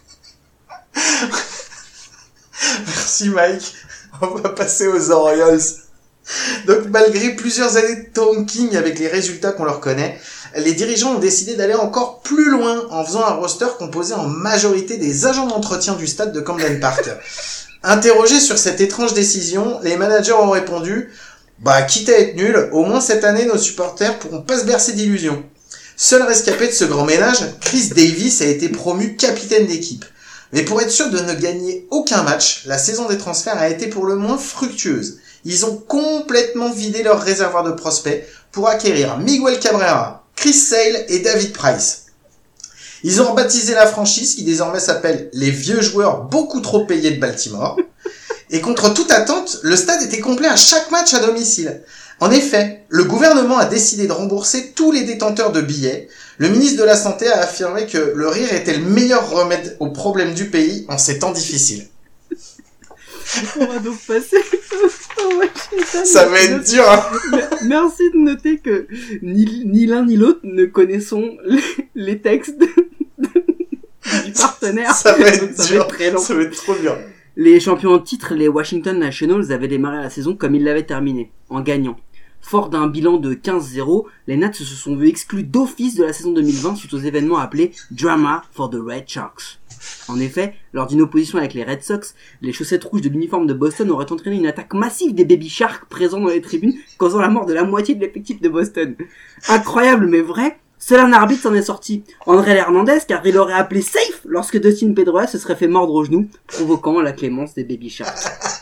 Merci Mike. On va passer aux Orioles. Donc malgré plusieurs années de tanking avec les résultats qu'on leur connaît, les dirigeants ont décidé d'aller encore plus loin en faisant un roster composé en majorité des agents d'entretien du stade de Camden Park. Interrogés sur cette étrange décision, les managers ont répondu « quitte à être nul, au moins cette année nos supporters pourront pas se bercer d'illusions ». Seul rescapé de ce grand ménage, Chris Davis a été promu capitaine d'équipe. Mais pour être sûr de ne gagner aucun match, la saison des transferts a été pour le moins fructueuse. Ils ont complètement vidé leur réservoir de prospects pour acquérir Miguel Cabrera, Chris Sale et David Price. Ils ont rebaptisé la franchise qui désormais s'appelle les vieux joueurs beaucoup trop payés de Baltimore. Et contre toute attente, le stade était complet à chaque match à domicile. En effet, le gouvernement a décidé de rembourser tous les détenteurs de billets. Le ministre de la Santé a affirmé que le rire était le meilleur remède aux problèmes du pays en ces temps difficiles. On va donc passer au Washington. Ça va être dur, hein. Merci de noter que ni l'un ni l'autre ne connaissons les textes du partenaire. Ça va être donc dur. Va être très long. Ça va être trop bien. Les champions en titre, les Washington Nationals, avaient démarré la saison comme ils l'avaient terminée, en gagnant. Fort d'un bilan de 15-0, les Nats se sont vus exclus d'office de la saison 2020 suite aux événements appelés Drama for the Red Sox. En effet, lors d'une opposition avec les Red Sox, les chaussettes rouges de l'uniforme de Boston auraient entraîné une attaque massive des Baby Sharks présents dans les tribunes, causant la mort de la moitié de l'effectif de Boston. Incroyable mais vrai, seul un arbitre s'en est sorti, André Hernandez, car il aurait appelé safe lorsque Dustin Pedroia se serait fait mordre au genou, provoquant la clémence des Baby Sharks.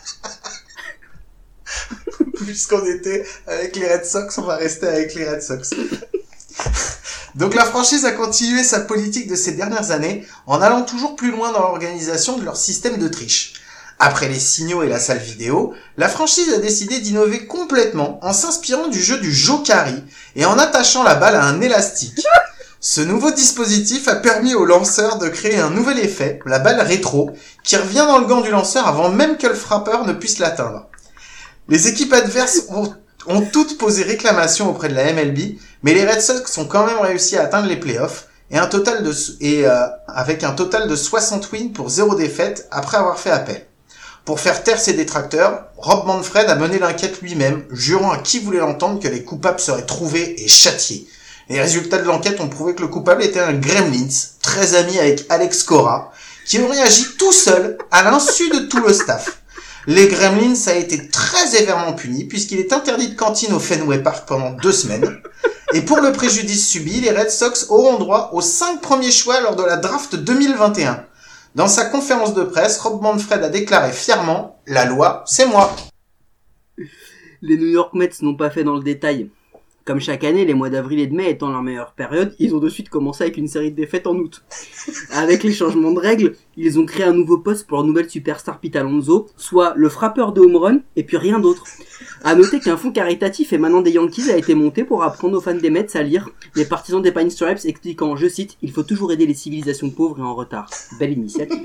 Puisqu'on était avec les Red Sox, on va rester avec les Red Sox. Donc la franchise a continué sa politique de ces dernières années en allant toujours plus loin dans l'organisation de leur système de triche. Après les signaux et la salle vidéo, la franchise a décidé d'innover complètement en s'inspirant du jeu du Jokari et en attachant la balle à un élastique. Ce nouveau dispositif a permis au lanceur de créer un nouvel effet, la balle rétro, qui revient dans le gant du lanceur avant même que le frappeur ne puisse l'atteindre. Les équipes adverses ont toutes posé réclamation auprès de la MLB, mais les Red Sox ont quand même réussi à atteindre les playoffs avec un total de 60 wins pour 0 défaite après avoir fait appel. Pour faire taire ses détracteurs, Rob Manfred a mené l'enquête lui-même, jurant à qui voulait l'entendre que les coupables seraient trouvés et châtiés. Les résultats de l'enquête ont prouvé que le coupable était un Gremlins, très ami avec Alex Cora, qui aurait agi tout seul à l'insu de tout le staff. Les Gremlins a été très sévèrement puni puisqu'il est interdit de cantine au Fenway Park pendant 2 semaines. Et pour le préjudice subi, les Red Sox auront droit aux 5 premiers choix lors de la draft 2021. Dans sa conférence de presse, Rob Manfred a déclaré fièrement « La loi, c'est moi ». Les New York Mets n'ont pas fait dans le détail. Comme chaque année, les mois d'avril et de mai étant leur meilleure période, ils ont de suite commencé avec une série de défaites en août. Avec les changements de règles, ils ont créé un nouveau poste pour leur nouvelle superstar Pete Alonso, soit le frappeur de home run, et puis rien d'autre. À noter qu'un fonds caritatif émanant des Yankees a été monté pour apprendre aux fans des Mets à lire les partisans des Pine Stripes expliquant, je cite, « Il faut toujours aider les civilisations pauvres et en retard ». Belle initiative.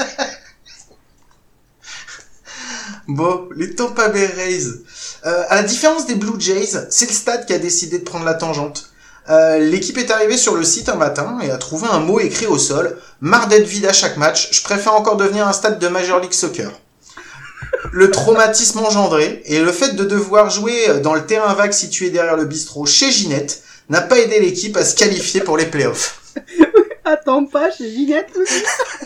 Bon, les Tampa Bay Rays. À la différence des Blue Jays, c'est le stade qui a décidé de prendre la tangente. L'équipe est arrivée sur le site un matin et a trouvé un mot écrit au sol. Marre d'être vide à chaque match, je préfère encore devenir un stade de Major League Soccer. Le traumatisme engendré et le fait de devoir jouer dans le terrain vague situé derrière le bistrot chez Ginette n'a pas aidé l'équipe à se qualifier pour les playoffs. Attends pas, chez Ginette aussi.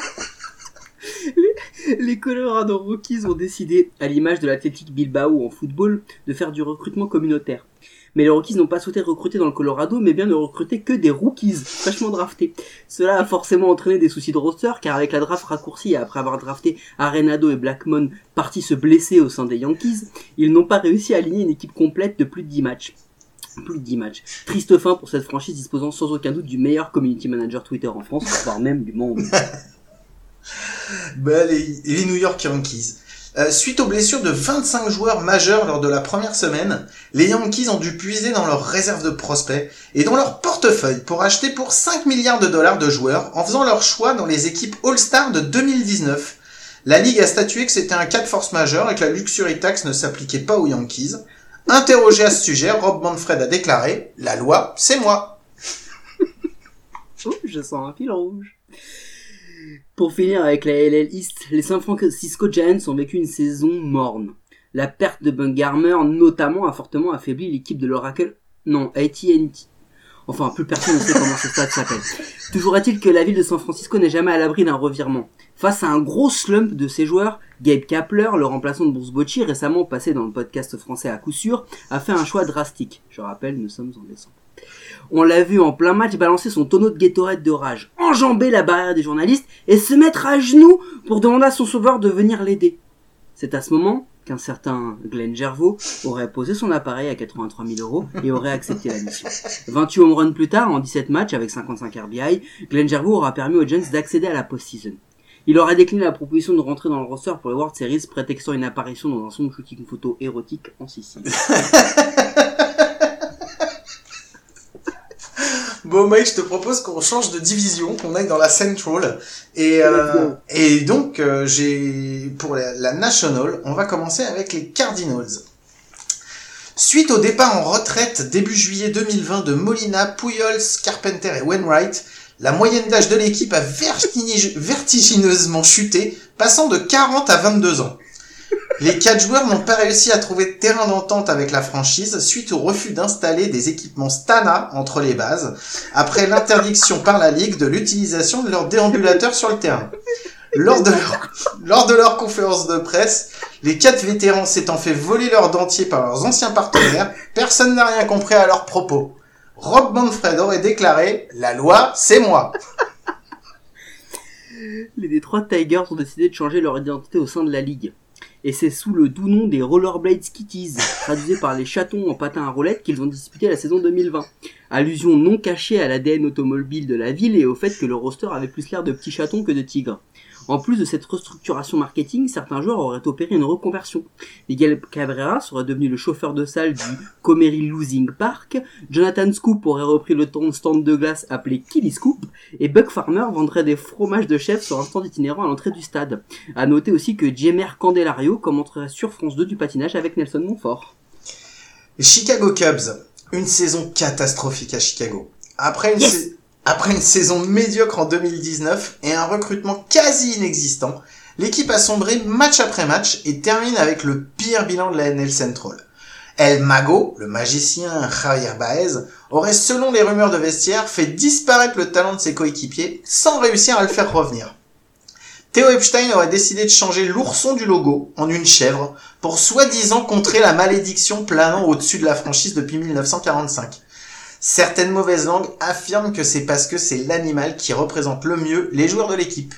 Les Colorado Rockies ont décidé, à l'image de l'Athletic Bilbao en football, de faire du recrutement communautaire. Mais les Rockies n'ont pas souhaité recruter dans le Colorado, mais bien ne recruter que des rookies, fraîchement draftés. Cela a forcément entraîné des soucis de roster, car avec la draft raccourcie et après avoir drafté Arenado et Blackmon partis se blesser au sein des Yankees, ils n'ont pas réussi à aligner une équipe complète de plus de 10 matchs. Triste fin pour cette franchise disposant sans aucun doute du meilleur community manager Twitter en France, voire même du monde. Les New York Yankees. Suite aux blessures de 25 joueurs majeurs lors de la première semaine, les Yankees ont dû puiser dans leurs réserves de prospects et dans leur portefeuille pour acheter pour 5 milliards de dollars de joueurs en faisant leur choix dans les équipes All-Star de 2019. La Ligue a statué que c'était un cas de force majeure et que la luxury tax ne s'appliquait pas aux Yankees. Interrogé à ce sujet, Rob Manfred a déclaré « La loi, c'est moi ». Oh, je sens un fil rouge. Pour finir avec la LL East, les San Francisco Giants ont vécu une saison morne. La perte de Bumgarner, notamment, a fortement affaibli l'équipe de l'Oracle. Non, AT&T. Enfin, plus personne ne sait comment ce stade s'appelle. Toujours est-il que la ville de San Francisco n'est jamais à l'abri d'un revirement. Face à un gros slump de ses joueurs, Gabe Kapler, le remplaçant de Bruce Bochy, récemment passé dans le podcast français à coup sûr, a fait un choix drastique. Je rappelle, nous sommes en décembre. On l'a vu en plein match balancer son tonneau de Gatorade de rage, enjamber la barrière des journalistes et se mettre à genoux pour demander à son sauveur de venir l'aider. C'est à ce moment qu'un certain Glenn Gervaux aurait posé son appareil à 83 000 € et aurait accepté la mission. 28 home runs plus tard, en 17 matchs avec 55 RBI, Glenn Gervaux aura permis aux Giants d'accéder à la post-season. Il aura décliné la proposition de rentrer dans le roster pour les World Series, prétextant une apparition dans un son de shooting photo érotique en Sicile. Bon Mike, je te propose qu'on change de division, qu'on aille dans la Central. Et donc, pour la National, on va commencer avec les Cardinals. Suite au départ en retraite début juillet 2020 de Molina, Pujols, Carpenter et Wainwright, la moyenne d'âge de l'équipe a vertigineusement chuté, passant de 40 à 22 ans. Les 4 joueurs n'ont pas réussi à trouver de terrain d'entente avec la franchise suite au refus d'installer des équipements Stana entre les bases, après l'interdiction par la Ligue de l'utilisation de leurs déambulateurs sur le terrain. Lors de leur conférence de presse, les 4 vétérans s'étant fait voler leurs dentiers par leurs anciens partenaires, personne n'a rien compris à leurs propos. Rob Manfred aurait déclaré « La loi, c'est moi ». Les Detroit Tigers ont décidé de changer leur identité au sein de la Ligue. Et c'est sous le doux nom des Rollerblades Kitties, traduisés par les chatons en patins à roulettes, qu'ils ont disputé la saison 2020. Allusion non cachée à l'ADN automobile de la ville et au fait que le roster avait plus l'air de petits chatons que de tigres. En plus de cette restructuration marketing, certains joueurs auraient opéré une reconversion. Miguel Cabrera serait devenu le chauffeur de salle du Comeri Losing Park, Jonathan Scoop aurait repris le stand de glace appelé Killy Scoop, et Buck Farmer vendrait des fromages de chef sur un stand itinérant à l'entrée du stade. À noter aussi que Jemer Candelario commenterait sur France 2 du patinage avec Nelson Montfort. Les Chicago Cubs, une saison catastrophique à Chicago. Après une saison médiocre en 2019 et un recrutement quasi inexistant, l'équipe a sombré match après match et termine avec le pire bilan de la NL Central. El Mago, le magicien Javier Baez, aurait selon les rumeurs de vestiaire fait disparaître le talent de ses coéquipiers sans réussir à le faire revenir. Theo Epstein aurait décidé de changer l'ourson du logo en une chèvre pour soi-disant contrer la malédiction planant au-dessus de la franchise depuis 1945. Certaines mauvaises langues affirment que c'est parce que c'est l'animal qui représente le mieux les joueurs de l'équipe.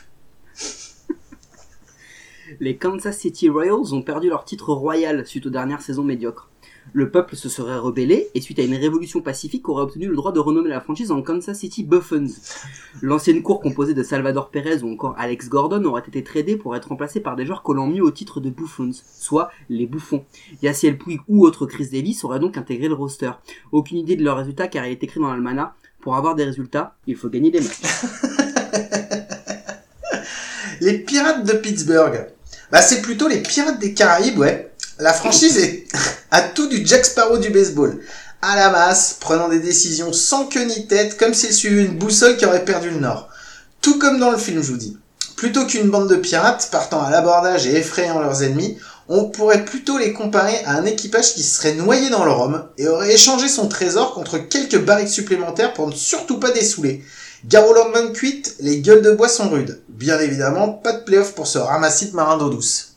Les Kansas City Royals ont perdu leur titre royal suite aux dernières saisons médiocres. Le peuple se serait rebellé et suite à une révolution pacifique aurait obtenu le droit de renommer la franchise en Kansas City Buffons. L'ancienne cour composée de Salvador Perez ou encore Alex Gordon aurait été tradée pour être remplacée par des joueurs collant mieux au titre de Buffons, soit les bouffons. Yasiel Puig ou autre Chris Davis auraient donc intégré le roster. Aucune idée de leurs résultats car il est écrit dans l'almanach, pour avoir des résultats, il faut gagner des matchs. Les Pirates de Pittsburgh. C'est plutôt les Pirates des Caraïbes, ouais. La franchise a tout du Jack Sparrow du baseball. À la masse, prenant des décisions sans queue ni tête, comme s'ils suivaient une boussole qui aurait perdu le nord. Tout comme dans le film, je vous dis. Plutôt qu'une bande de pirates partant à l'abordage et effrayant leurs ennemis, on pourrait plutôt les comparer à un équipage qui serait noyé dans le rhum et aurait échangé son trésor contre quelques barriques supplémentaires pour ne surtout pas dessouler. Garoland Banquet, les gueules de bois sont rudes. Bien évidemment, pas de play-off pour ce ramassis de marins d'eau douce.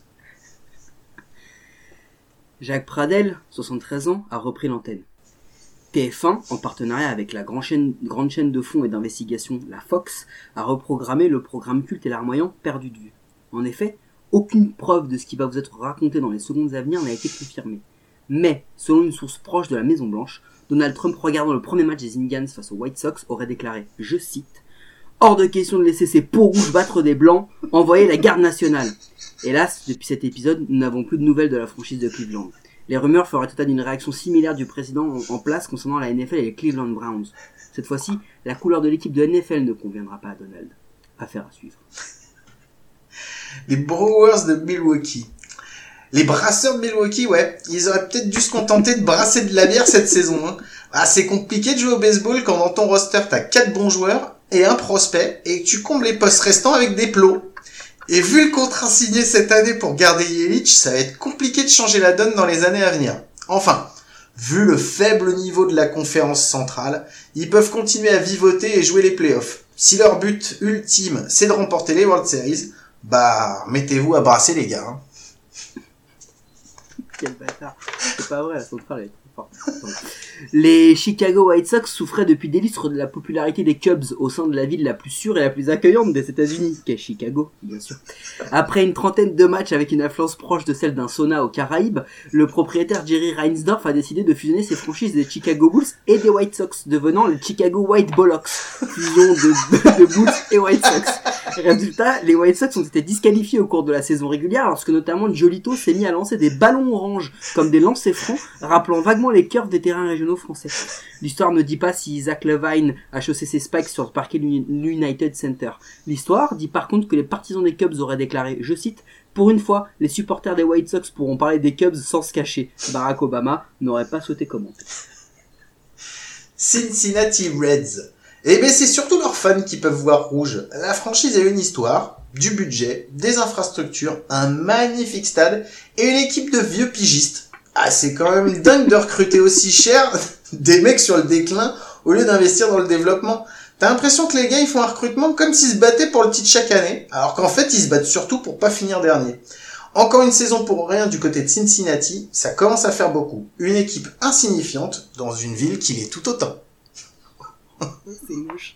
Jacques Pradel, 73 ans, a repris l'antenne. TF1, en partenariat avec la grande chaîne de fonds et d'investigation, la Fox, a reprogrammé le programme culte et larmoyant Perdu de vue. En effet, aucune preuve de ce qui va vous être raconté dans les secondes à venir n'a été confirmée. Mais, selon une source proche de la Maison Blanche, Donald Trump, regardant le premier match des Indians face aux White Sox, aurait déclaré, je cite, « Hors de question de laisser ces peaux rouges battre des blancs, envoyer la garde nationale !» Hélas, depuis cet épisode, nous n'avons plus de nouvelles de la franchise de Cleveland. Les rumeurs feraient état d'une réaction similaire du président en place concernant la NFL et les Cleveland Browns. Cette fois-ci, la couleur de l'équipe de NFL ne conviendra pas à Donald. Affaire à suivre. Les Brewers de Milwaukee. Les brasseurs de Milwaukee, ouais, ils auraient peut-être dû se contenter de brasser de la bière cette saison. C'est compliqué de jouer au baseball quand dans ton roster t'as 4 bons joueurs et un prospect et que tu combles les postes restants avec des plots. Et vu le contrat signé cette année pour garder Yelich, ça va être compliqué de changer la donne dans les années à venir. Enfin, vu le faible niveau de la conférence centrale, ils peuvent continuer à vivoter et jouer les playoffs. Si leur but ultime, c'est de remporter les World Series, mettez-vous à brasser les gars. Quel bâtard. C'est pas vrai, la centrale est trop Les Chicago White Sox souffraient depuis des lustres de la popularité des Cubs au sein de la ville la plus sûre et la plus accueillante des États-Unis, qu'est Chicago, bien sûr. Après une trentaine de matchs avec une affluence proche de celle d'un sauna aux Caraïbes, le propriétaire Jerry Reinsdorf a décidé de fusionner ses franchises des Chicago Bulls et des White Sox, devenant les Chicago White Bollocks, fusion de Bulls et White Sox. Résultat, les White Sox ont été disqualifiés au cours de la saison régulière lorsque notamment Giolito s'est mis à lancer des ballons orange comme des lancers francs, rappelant vaguement les curves des terrains régionaux français. L'histoire ne dit pas si Zach Levine a chaussé ses spikes sur le parquet de l'United Center. L'histoire dit par contre que les partisans des Cubs auraient déclaré, je cite, « Pour une fois, les supporters des White Sox pourront parler des Cubs sans se cacher. » Barack Obama n'aurait pas souhaité commenter. Cincinnati Reds. Eh ben c'est surtout leurs fans qui peuvent voir rouge. La franchise a une histoire, du budget, des infrastructures, un magnifique stade et une équipe de vieux pigistes. Ah, c'est quand même dingue de recruter aussi cher des mecs sur le déclin au lieu d'investir dans le développement. T'as l'impression que les gars ils font un recrutement comme s'ils se battaient pour le titre chaque année, alors qu'en fait ils se battent surtout pour pas finir dernier. Encore une saison pour rien du côté de Cincinnati, ça commence à faire beaucoup. Une équipe insignifiante dans une ville qui l'est tout autant. C'est moche.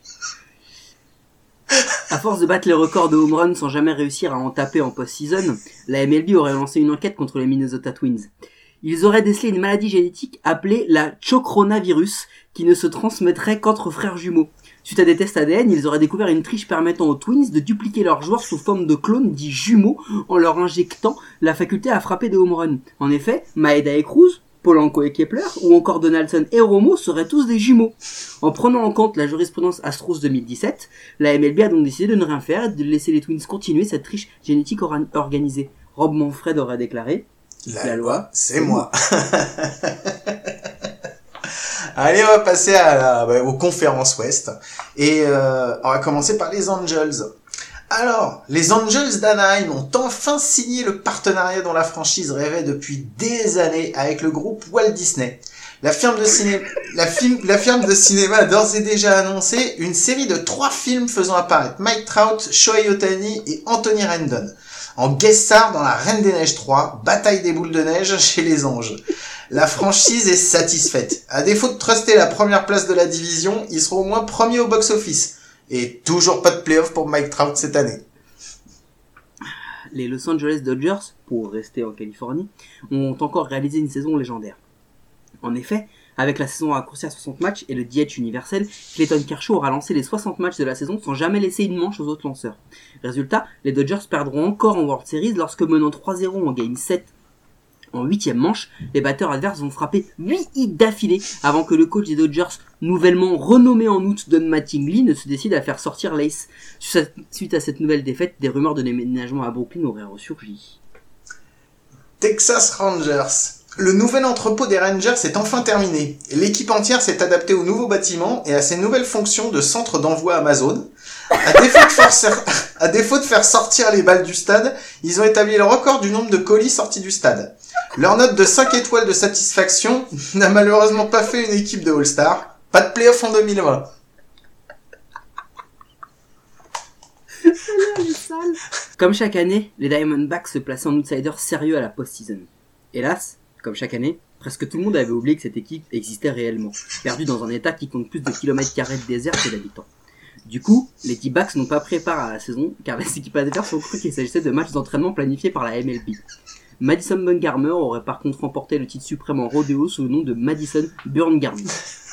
À force de battre les records de home run sans jamais réussir à en taper en post-season, la MLB aurait lancé une enquête contre les Minnesota Twins. Ils auraient décelé une maladie génétique appelée la chocronavirus qui ne se transmettrait qu'entre frères jumeaux. Suite à des tests ADN, ils auraient découvert une triche permettant aux Twins de dupliquer leurs joueurs sous forme de clones dits jumeaux en leur injectant la faculté à frapper des home runs. En effet, Maeda et Cruz, Polanco et Kepler, ou encore Donaldson et Romo seraient tous des jumeaux. En prenant en compte la jurisprudence Astros 2017, la MLB a donc décidé de ne rien faire et de laisser les Twins continuer cette triche génétique organisée. Rob Manfred aurait déclaré La loi, c'est moi. Allez, on va passer aux conférences Ouest. Et on va commencer par les Angels. Alors, les Angels d'Anaheim ont enfin signé le partenariat dont la franchise rêvait depuis des années avec le groupe Walt Disney. La firme de cinéma a d'ores et déjà annoncé une série de 3 films faisant apparaître Mike Trout, Shohei Ohtani et Anthony Rendon. En guest star dans La Reine des Neiges 3, Bataille des boules de neige chez les anges. La franchise est satisfaite. À défaut de truster la première place de la division, ils seront au moins premiers au box-office. Et toujours pas de play-off pour Mike Trout cette année. Les Los Angeles Dodgers, pour rester en Californie, ont encore réalisé une saison légendaire. En effet, avec la saison raccourcie à 60 matchs et le DH universel, Clayton Kershaw aura lancé les 60 matchs de la saison sans jamais laisser une manche aux autres lanceurs. Résultat, les Dodgers perdront encore en World Series lorsque menant 3-0 en Game 7 en 8e manche, les batteurs adverses vont frapper 8 hits d'affilée avant que le coach des Dodgers, nouvellement renommé en août Don Mattingly, ne se décide à faire sortir l'Ace. Suite à cette nouvelle défaite, des rumeurs de déménagement à Brooklyn auraient ressurgi. Texas Rangers. Le nouvel entrepôt des Rangers est enfin terminé. L'équipe entière s'est adaptée au nouveau bâtiment et à ses nouvelles fonctions de centre d'envoi Amazon. À défaut de faire sortir les balles du stade, ils ont établi le record du nombre de colis sortis du stade. Leur note de 5 étoiles de satisfaction n'a malheureusement pas fait une équipe de All-Star. Pas de play-off en 2020. Comme chaque année, les Diamondbacks se plaçaient en outsider sérieux à la post-season. Hélas, comme chaque année, presque tout le monde avait oublié que cette équipe existait réellement, perdue dans un état qui compte plus de kilomètres carrés de désert que d'habitants. Du coup, les D-backs n'ont pas pris part à la saison, car les équipes adverses ont cru qu'il s'agissait de matchs d'entraînement planifiés par la MLB. Madison Bumgarner aurait par contre remporté le titre suprême en rodéo sous le nom de Madison Bumgarner.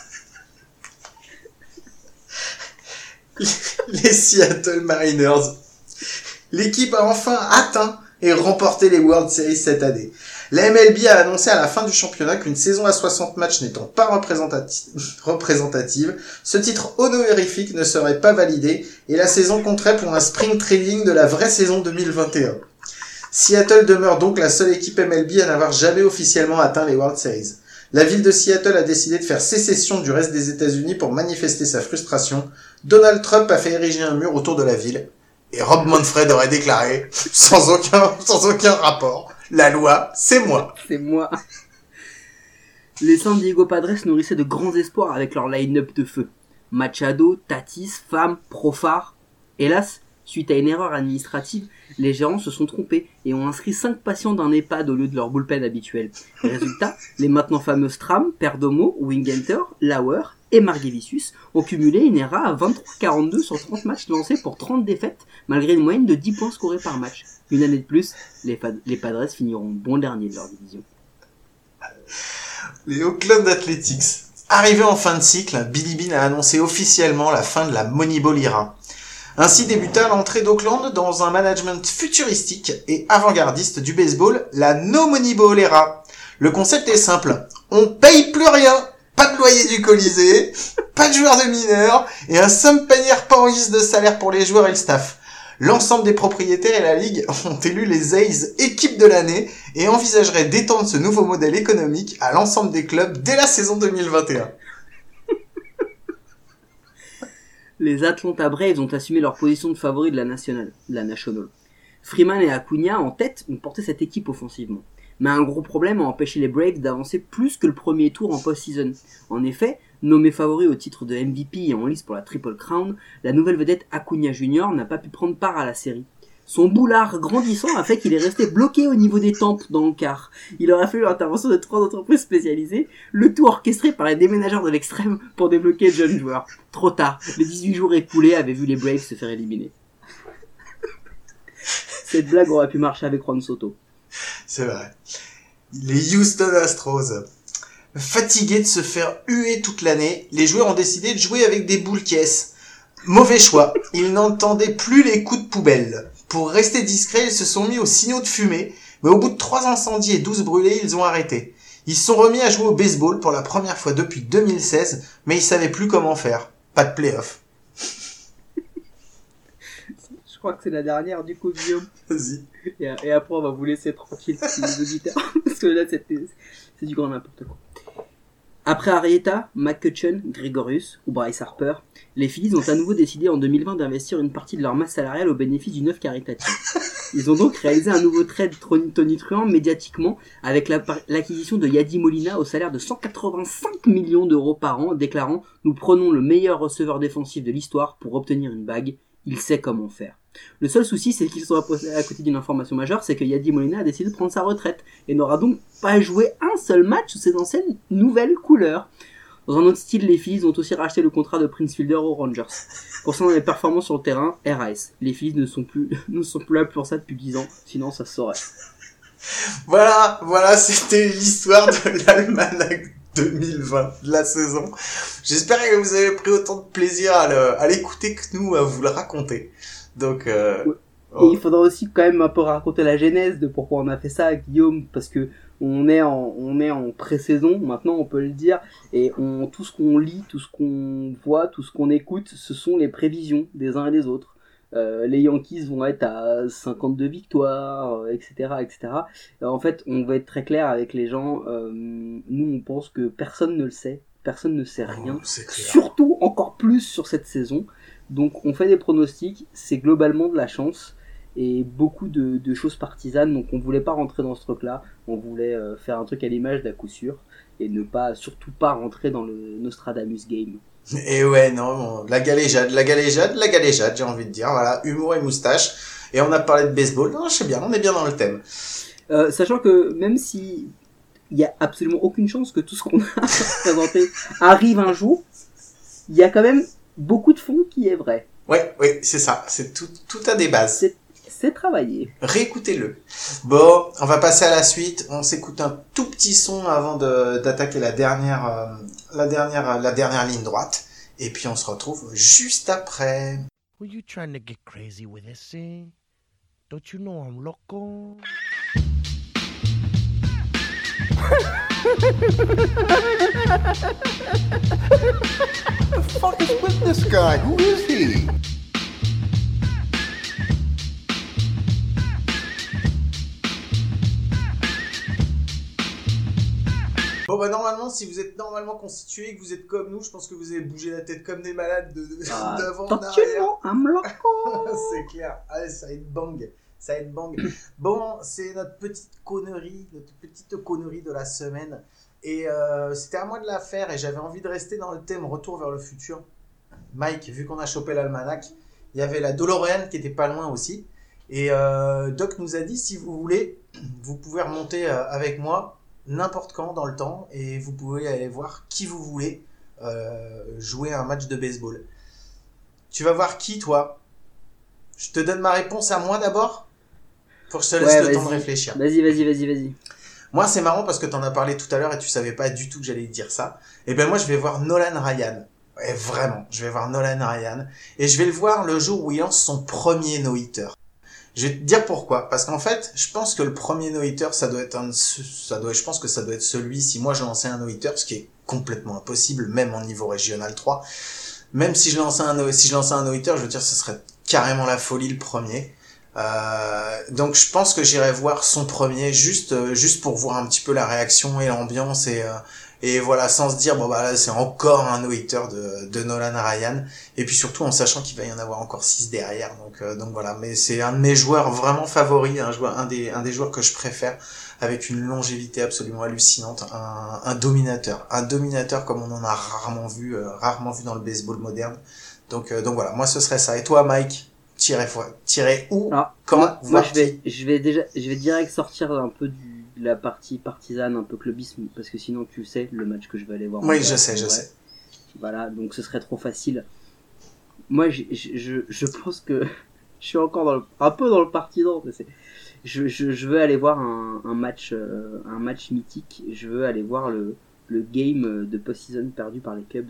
Les Seattle Mariners. L'équipe a enfin atteint et remporté les World Series cette année. La MLB a annoncé à la fin du championnat qu'une saison à 60 matchs n'étant pas représentative, ce titre honorifique ne serait pas validé et la saison compterait pour un spring training de la vraie saison 2021. Seattle demeure donc la seule équipe MLB à n'avoir jamais officiellement atteint les World Series. La ville de Seattle a décidé de faire sécession du reste des États-Unis pour manifester sa frustration. Donald Trump a fait ériger un mur autour de la ville. Et Rob Manfred aurait déclaré, sans aucun rapport, la loi, c'est moi. C'est moi. Les San Diego Padres nourrissaient de grands espoirs avec leur line-up de feu. Machado, Tatis, Pham, Profar. Hélas, Suite à une erreur administrative, les gérants se sont trompés et ont inscrit 5 patients d'un EHPAD au lieu de leur bullpen habituel. Résultat, les maintenant fameux Stram, Perdomo, Wingenter, Lauer et Margevicius ont cumulé une ERA à 23-42 sur 30 matchs lancés pour 30 défaites, malgré une moyenne de 10 points scorés par match. Une année de plus, les Padres finiront bon dernier de leur division. Les Oakland Athletics. Arrivé en fin de cycle, Billy Beane a annoncé officiellement la fin de la Moneyball era. Ainsi débuta l'entrée d'Oakland dans un management futuristique et avant-gardiste du baseball, la No Moneyball era. Le concept est simple, on paye plus rien, pas de loyer du Colisée, pas de joueurs de mineurs et un somme panière pas en guise de salaire pour les joueurs et le staff. L'ensemble des propriétaires et la ligue ont élu les A's équipe de l'année et envisageraient d'étendre ce nouveau modèle économique à l'ensemble des clubs dès la saison 2021. Les Atlanta Braves ont assumé leur position de favoris de la National. Freeman et Acuna en tête ont porté cette équipe offensivement. Mais un gros problème a empêché les Braves d'avancer plus que le premier tour en post-season. En effet, nommé favori au titre de MVP et en lice pour la Triple Crown, la nouvelle vedette Acuna Jr. n'a pas pu prendre part à la série. Son boulard grandissant a fait qu'il est resté bloqué au niveau des tempes dans le quart. Il aura fallu l'intervention de 3 entreprises spécialisées, le tout orchestré par les déménageurs de l'extrême pour débloquer le jeune joueur. Trop tard, les 18 jours écoulés avaient vu les Braves se faire éliminer. Cette blague aurait pu marcher avec Juan Soto. C'est vrai. Les Houston Astros. Fatigués de se faire huer toute l'année, les joueurs ont décidé de jouer avec des boules caisses. Mauvais choix, ils n'entendaient plus les coups de poubelle. Pour rester discrets, ils se sont mis aux signaux de fumée, mais au bout de 3 incendies et 12 brûlés, ils ont arrêté. Ils se sont remis à jouer au baseball pour la première fois depuis 2016, mais ils savaient plus comment faire. Pas de play-off. Je crois que c'est la dernière du coup, Guillaume. Vas-y. Et après, on va vous laisser tranquille, les auditeurs. Parce que là, c'est du grand n'importe quoi. Après Arrieta, McCutcheon, Gregorius ou Bryce Harper, les Phillies ont à nouveau décidé en 2020 d'investir une partie de leur masse salariale au bénéfice d'une œuvre caritative. Ils ont donc réalisé un nouveau trade tonitruant médiatiquement avec l'acquisition de Yadi Molina au salaire de 185 millions d'euros par an, déclarant « Nous prenons le meilleur receveur défensif de l'histoire pour obtenir une bague. Il sait comment faire. » Le seul souci, c'est qu'ils sont à côté d'une information majeure, c'est que Yadi Molina a décidé de prendre sa retraite et n'aura donc pas joué un seul match sous ses anciennes nouvelles couleurs. Dans un autre style, les Phillies ont aussi racheté le contrat de Prince Fielder aux Rangers. Concernant les performances sur le terrain, RAS. Les Phillies ne sont plus là pour ça depuis 10 ans, sinon ça se saurait. Voilà, c'était l'histoire de l'almanach 2020 de la saison. J'espère que vous avez pris autant de plaisir à l'écouter que nous à vous le raconter. Donc, ouais. Et il faudra aussi quand même un peu raconter la genèse de pourquoi on a fait ça, Guillaume, parce que on est en pré-saison, maintenant on peut le dire, et tout ce qu'on lit, tout ce qu'on voit, tout ce qu'on écoute, ce sont les prévisions des uns et des autres. Les Yankees vont être à 52 victoires, etc., etc. En fait, on va être très clair avec les gens. Nous, on pense que personne ne le sait, personne ne sait rien, surtout encore plus sur cette saison. Donc, on fait des pronostics, c'est globalement de la chance et beaucoup de choses partisanes. Donc, on voulait pas rentrer dans ce truc-là. On voulait faire un truc à l'image d'à coup sûr et surtout pas rentrer dans le Nostradamus game. Et ouais, non, la galéjade, j'ai envie de dire, voilà, humour et moustache. Et on a parlé de baseball, non, je sais bien, on est bien dans le thème. Sachant que même si il y a absolument aucune chance que tout ce qu'on a présenté arrive un jour, il y a quand même beaucoup de fond qui est vrai. Ouais, c'est ça, c'est tout à des bases. C'est travaillé. Réécoutez-le. Bon, on va passer à la suite. On s'écoute un tout petit son avant d'attaquer la dernière ligne droite. Et puis on se retrouve juste après. Were you trying to get crazy with this thing? Don't you know I'm loco? What the fuck is with this guy? Who is he? Bon bah normalement, si vous êtes normalement constitué, que vous êtes comme nous, je pense que vous avez bougé la tête comme des malades d'avant en arrière. I'm loco. C'est clair. Allez, ça va être bang. Bon, c'est notre petite connerie de la semaine. Et c'était à moi de la faire et j'avais envie de rester dans le thème Retour vers le futur. Mike, vu qu'on a chopé l'almanach, Il y avait la DeLorean qui était pas loin aussi. Et Doc nous a dit, si vous voulez, vous pouvez remonter avec moi n'importe quand dans le temps et vous pouvez aller voir qui vous voulez jouer un match de baseball. Tu vas voir qui, toi? Je te donne ma réponse à moi d'abord pour que je te laisse le temps de réfléchir. Vas-y. Moi, c'est marrant parce que t'en as parlé tout à l'heure et tu savais pas du tout que j'allais te dire ça. Et ben moi, je vais voir Nolan Ryan. Ouais, vraiment, je vais voir Nolan Ryan. Et je vais le voir le jour où il lance son premier no-hitter. Je vais te dire pourquoi. Parce qu'en fait, je pense que le premier no-hitter, je pense que ça doit être celui, si moi je lançais un no-hitter, ce qui est complètement impossible, même en niveau régional 3. Même si je lançais un no-hitter, je veux dire, ce serait carrément la folie le premier. Donc je pense que j'irai voir son premier juste pour voir un petit peu la réaction et l'ambiance et voilà, sans se dire bon bah là c'est encore un no-hitter de Nolan Ryan, et puis surtout en sachant qu'il va y en avoir encore 6 derrière, donc voilà. Mais c'est un de mes joueurs vraiment favoris, un des joueurs que je préfère, avec une longévité absolument hallucinante, un dominateur comme on en a rarement vu dans le baseball moderne. Donc voilà, moi ce serait ça. Et toi, Mike? Tirer où? Alors, quand? Moi je vais direct sortir un peu de la partie partisane, un peu clubisme, parce que sinon tu sais le match que je vais aller voir. Oui, je sais. Voilà, donc ce serait trop facile. Moi je pense que je suis encore un peu dans le partisan, mais je veux aller voir un match mythique. Je veux aller voir le game de post-season perdu par les Cubs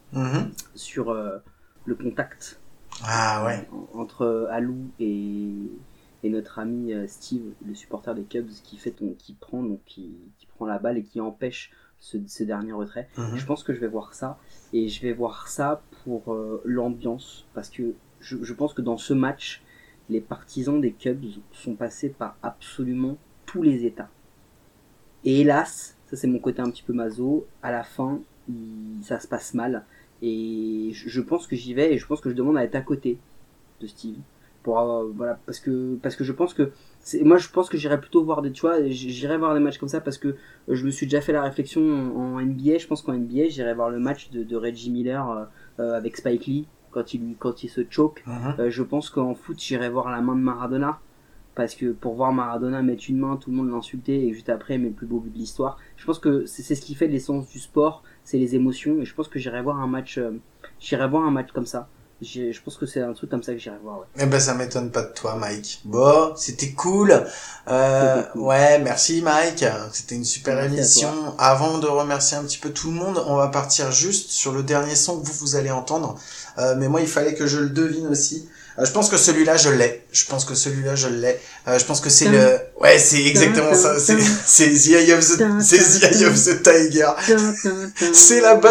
sur le contact. Ah ouais. Entre Alou et notre ami Steve, le supporter des Cubs, qui prend la balle et qui empêche ce dernier retrait. Je pense que je vais voir ça, et je vais voir ça pour l'ambiance, parce que je pense que dans ce match, les partisans des Cubs sont passés par absolument tous les états. Et hélas, ça c'est mon côté un petit peu maso, à la fin, ça se passe mal. Et je pense que j'y vais, et je pense que je demande à être à côté de Steve pour voilà, parce que je pense que je pense que j'irai plutôt voir j'irai voir des matchs comme ça, parce que je me suis déjà fait la réflexion en NBA. Je pense qu'en NBA j'irai voir le match de Reggie Miller avec Spike Lee quand il se choke. Je pense qu'en foot j'irai voir la main de Maradona, parce que pour voir Maradona mettre une main, tout le monde l'insultait, et juste après met le plus beau but de l'histoire. Je pense que c'est ce qui fait l'essence du sport, c'est les émotions, et je pense que j'irai voir un match comme ça. Je pense que c'est un truc comme ça que j'irai voir, ouais. Eh ben, ça m'étonne pas de toi, Mike. Bon, c'était cool. Ouais, merci, Mike. C'était une super émission. Avant de remercier un petit peu tout le monde, on va partir juste sur le dernier son que vous allez entendre. Mais moi, il fallait que je le devine aussi. Je pense que celui-là, je l'ai. Je pense que c'est ouais, c'est exactement ça. C'est The Eye of the Tiger. C'est la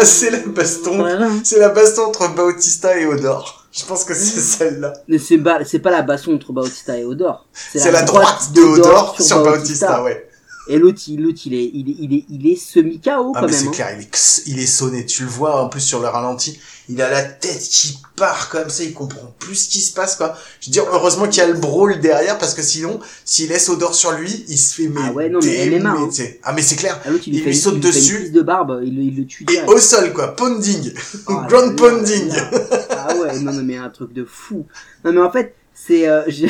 baston entre Bautista et Odor. Je pense que c'est celle-là. Mais c'est pas la baston entre Bautista et Odor. C'est la droite de Odor sur Bautista, ouais. Et l'autre, il est semi-KO quand même. C'est clair, il est sonné. Tu le vois, en plus, sur le ralenti. Il a la tête qui part comme ça, il comprend plus ce qui se passe, quoi. Je veux dire, heureusement qu'il y a le brawl derrière, parce que sinon, s'il laisse Odor sur lui, il se fait mais c'est clair. Il lui saute dessus. Une piste de barbe, il le tue direct. Et au sol, quoi. Pounding. Ground pounding. Ah ouais, non, mais un truc de fou. Non, mais en fait, c'est,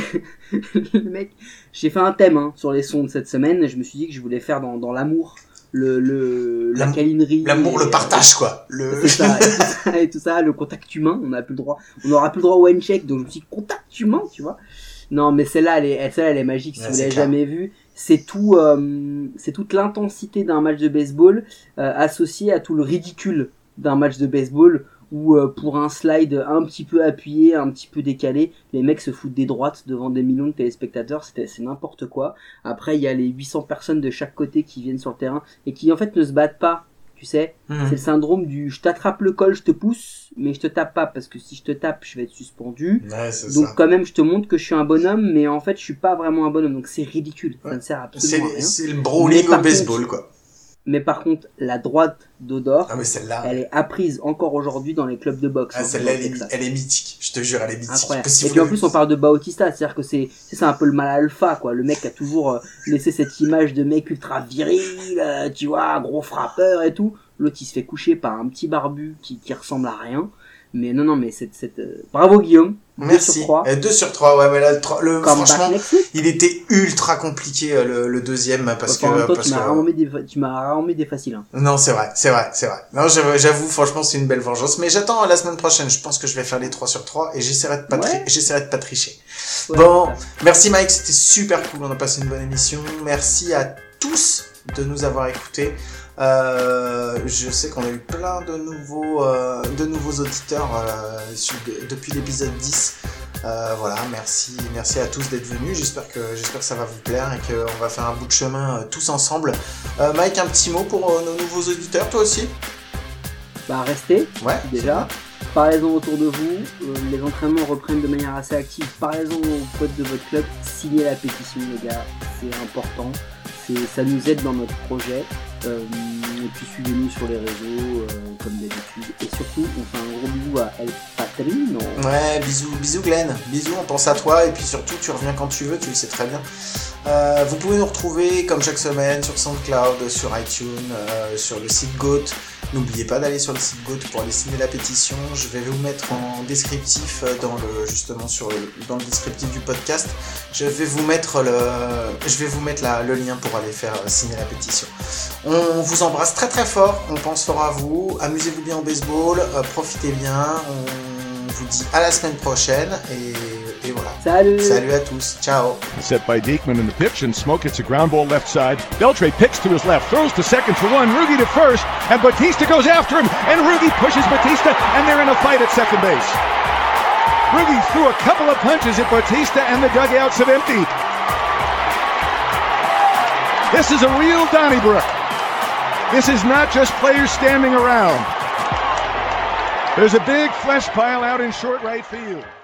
le mec, j'ai fait un thème, sur les sons de cette semaine. Je me suis dit que je voulais faire dans l'amour, la câlinerie, l'amour, le partage, quoi. Et tout ça, le contact humain. On n'aura plus le droit au handshake, donc je me suis dit contact humain, tu vois. Non, mais celle-là, elle est magique. Si vous l'avez jamais vue, c'est toute l'intensité d'un match de baseball associée à tout le ridicule d'un match de baseball, où pour un slide un petit peu appuyé, un petit peu décalé, les mecs se foutent des droites devant des millions de téléspectateurs. C'est n'importe quoi. Après, il y a les 800 personnes de chaque côté qui viennent sur le terrain et qui en fait ne se battent pas, tu sais. C'est le syndrome du je t'attrape le col, je te pousse, mais je te tape pas, parce que si je te tape, je vais être suspendu. Ouais, donc ça. Quand même, je te montre que je suis un bonhomme, mais en fait, je suis pas vraiment un bonhomme. Donc c'est ridicule. Ça ne sert absolument à rien. C'est le brawling au baseball, quoi. Mais par contre, la droite d'Odor, celle-là, elle est apprise encore aujourd'hui dans les clubs de boxe. Celle-là, elle est mythique. Je te jure, elle est mythique. Incroyable. Et puis en plus, on parle de Bautista, c'est-à-dire que c'est un peu le mal alpha, quoi. Le mec a toujours laissé cette image de mec ultra viril, tu vois, gros frappeur et tout. L'autre, il se fait coucher par un petit barbu qui ressemble à rien. Mais non, mais bravo Guillaume. Merci. 2 sur 3. 2 sur 3, ouais, mais là, franchement, next week. il était ultra compliqué, le deuxième, parce que... En même temps, parce tu m'as que... rarement mis des faciles. Hein. Non, c'est vrai. Non, j'avoue, franchement, c'est une belle vengeance. Mais j'attends la semaine prochaine. Je pense que je vais faire les 3 sur 3 et j'essaierai de pas tricher. Ouais, bon, merci Mike, c'était super cool. On a passé une bonne émission. Merci à tous de nous avoir écoutés. Je sais qu'on a eu plein de nouveaux auditeurs depuis l'épisode 10. Voilà, merci à tous d'être venus. J'espère que ça va vous plaire et qu'on va faire un bout de chemin tous ensemble. Mike, un petit mot pour nos nouveaux auditeurs, toi aussi? Bah restez, ouais, déjà. Parlez-en autour de vous. Les entraînements reprennent de manière assez active. Parlez-en aux potes de votre club. Signez la pétition, les gars. C'est important. Ça nous aide dans notre projet. Et puis suivez-nous sur les réseaux comme d'habitude. Et surtout, on fait un gros bisou à El Patrino. Ouais, bisous Glenn. Bisous, on pense à toi. Et puis surtout, tu reviens quand tu veux, tu le sais très bien. Vous pouvez nous retrouver comme chaque semaine sur SoundCloud, sur iTunes, sur le site GOAT. N'oubliez pas d'aller sur le site GOAT pour aller signer la pétition. Je vais vous mettre en descriptif dans le descriptif du podcast. Je vais vous mettre le lien pour aller faire signer la pétition. On vous embrasse très très fort. On pense fort à vous. Amusez-vous bien au baseball. Profitez bien. On vous dit à la semaine prochaine et voilà. Salut à tous. Ciao. Set by Diekman in the pitch, and Smoke hits a ground ball left side. Beltre picks to his left, throws to second for one, Rugi to first, and Batista goes after him, and Rugi pushes Batista, and they're in a fight at second base. Rugi threw a couple of punches at Batista, and the dugouts have emptied. This is a real Donnybrook. This is not just players standing around. There's a big flesh pile out in short right field.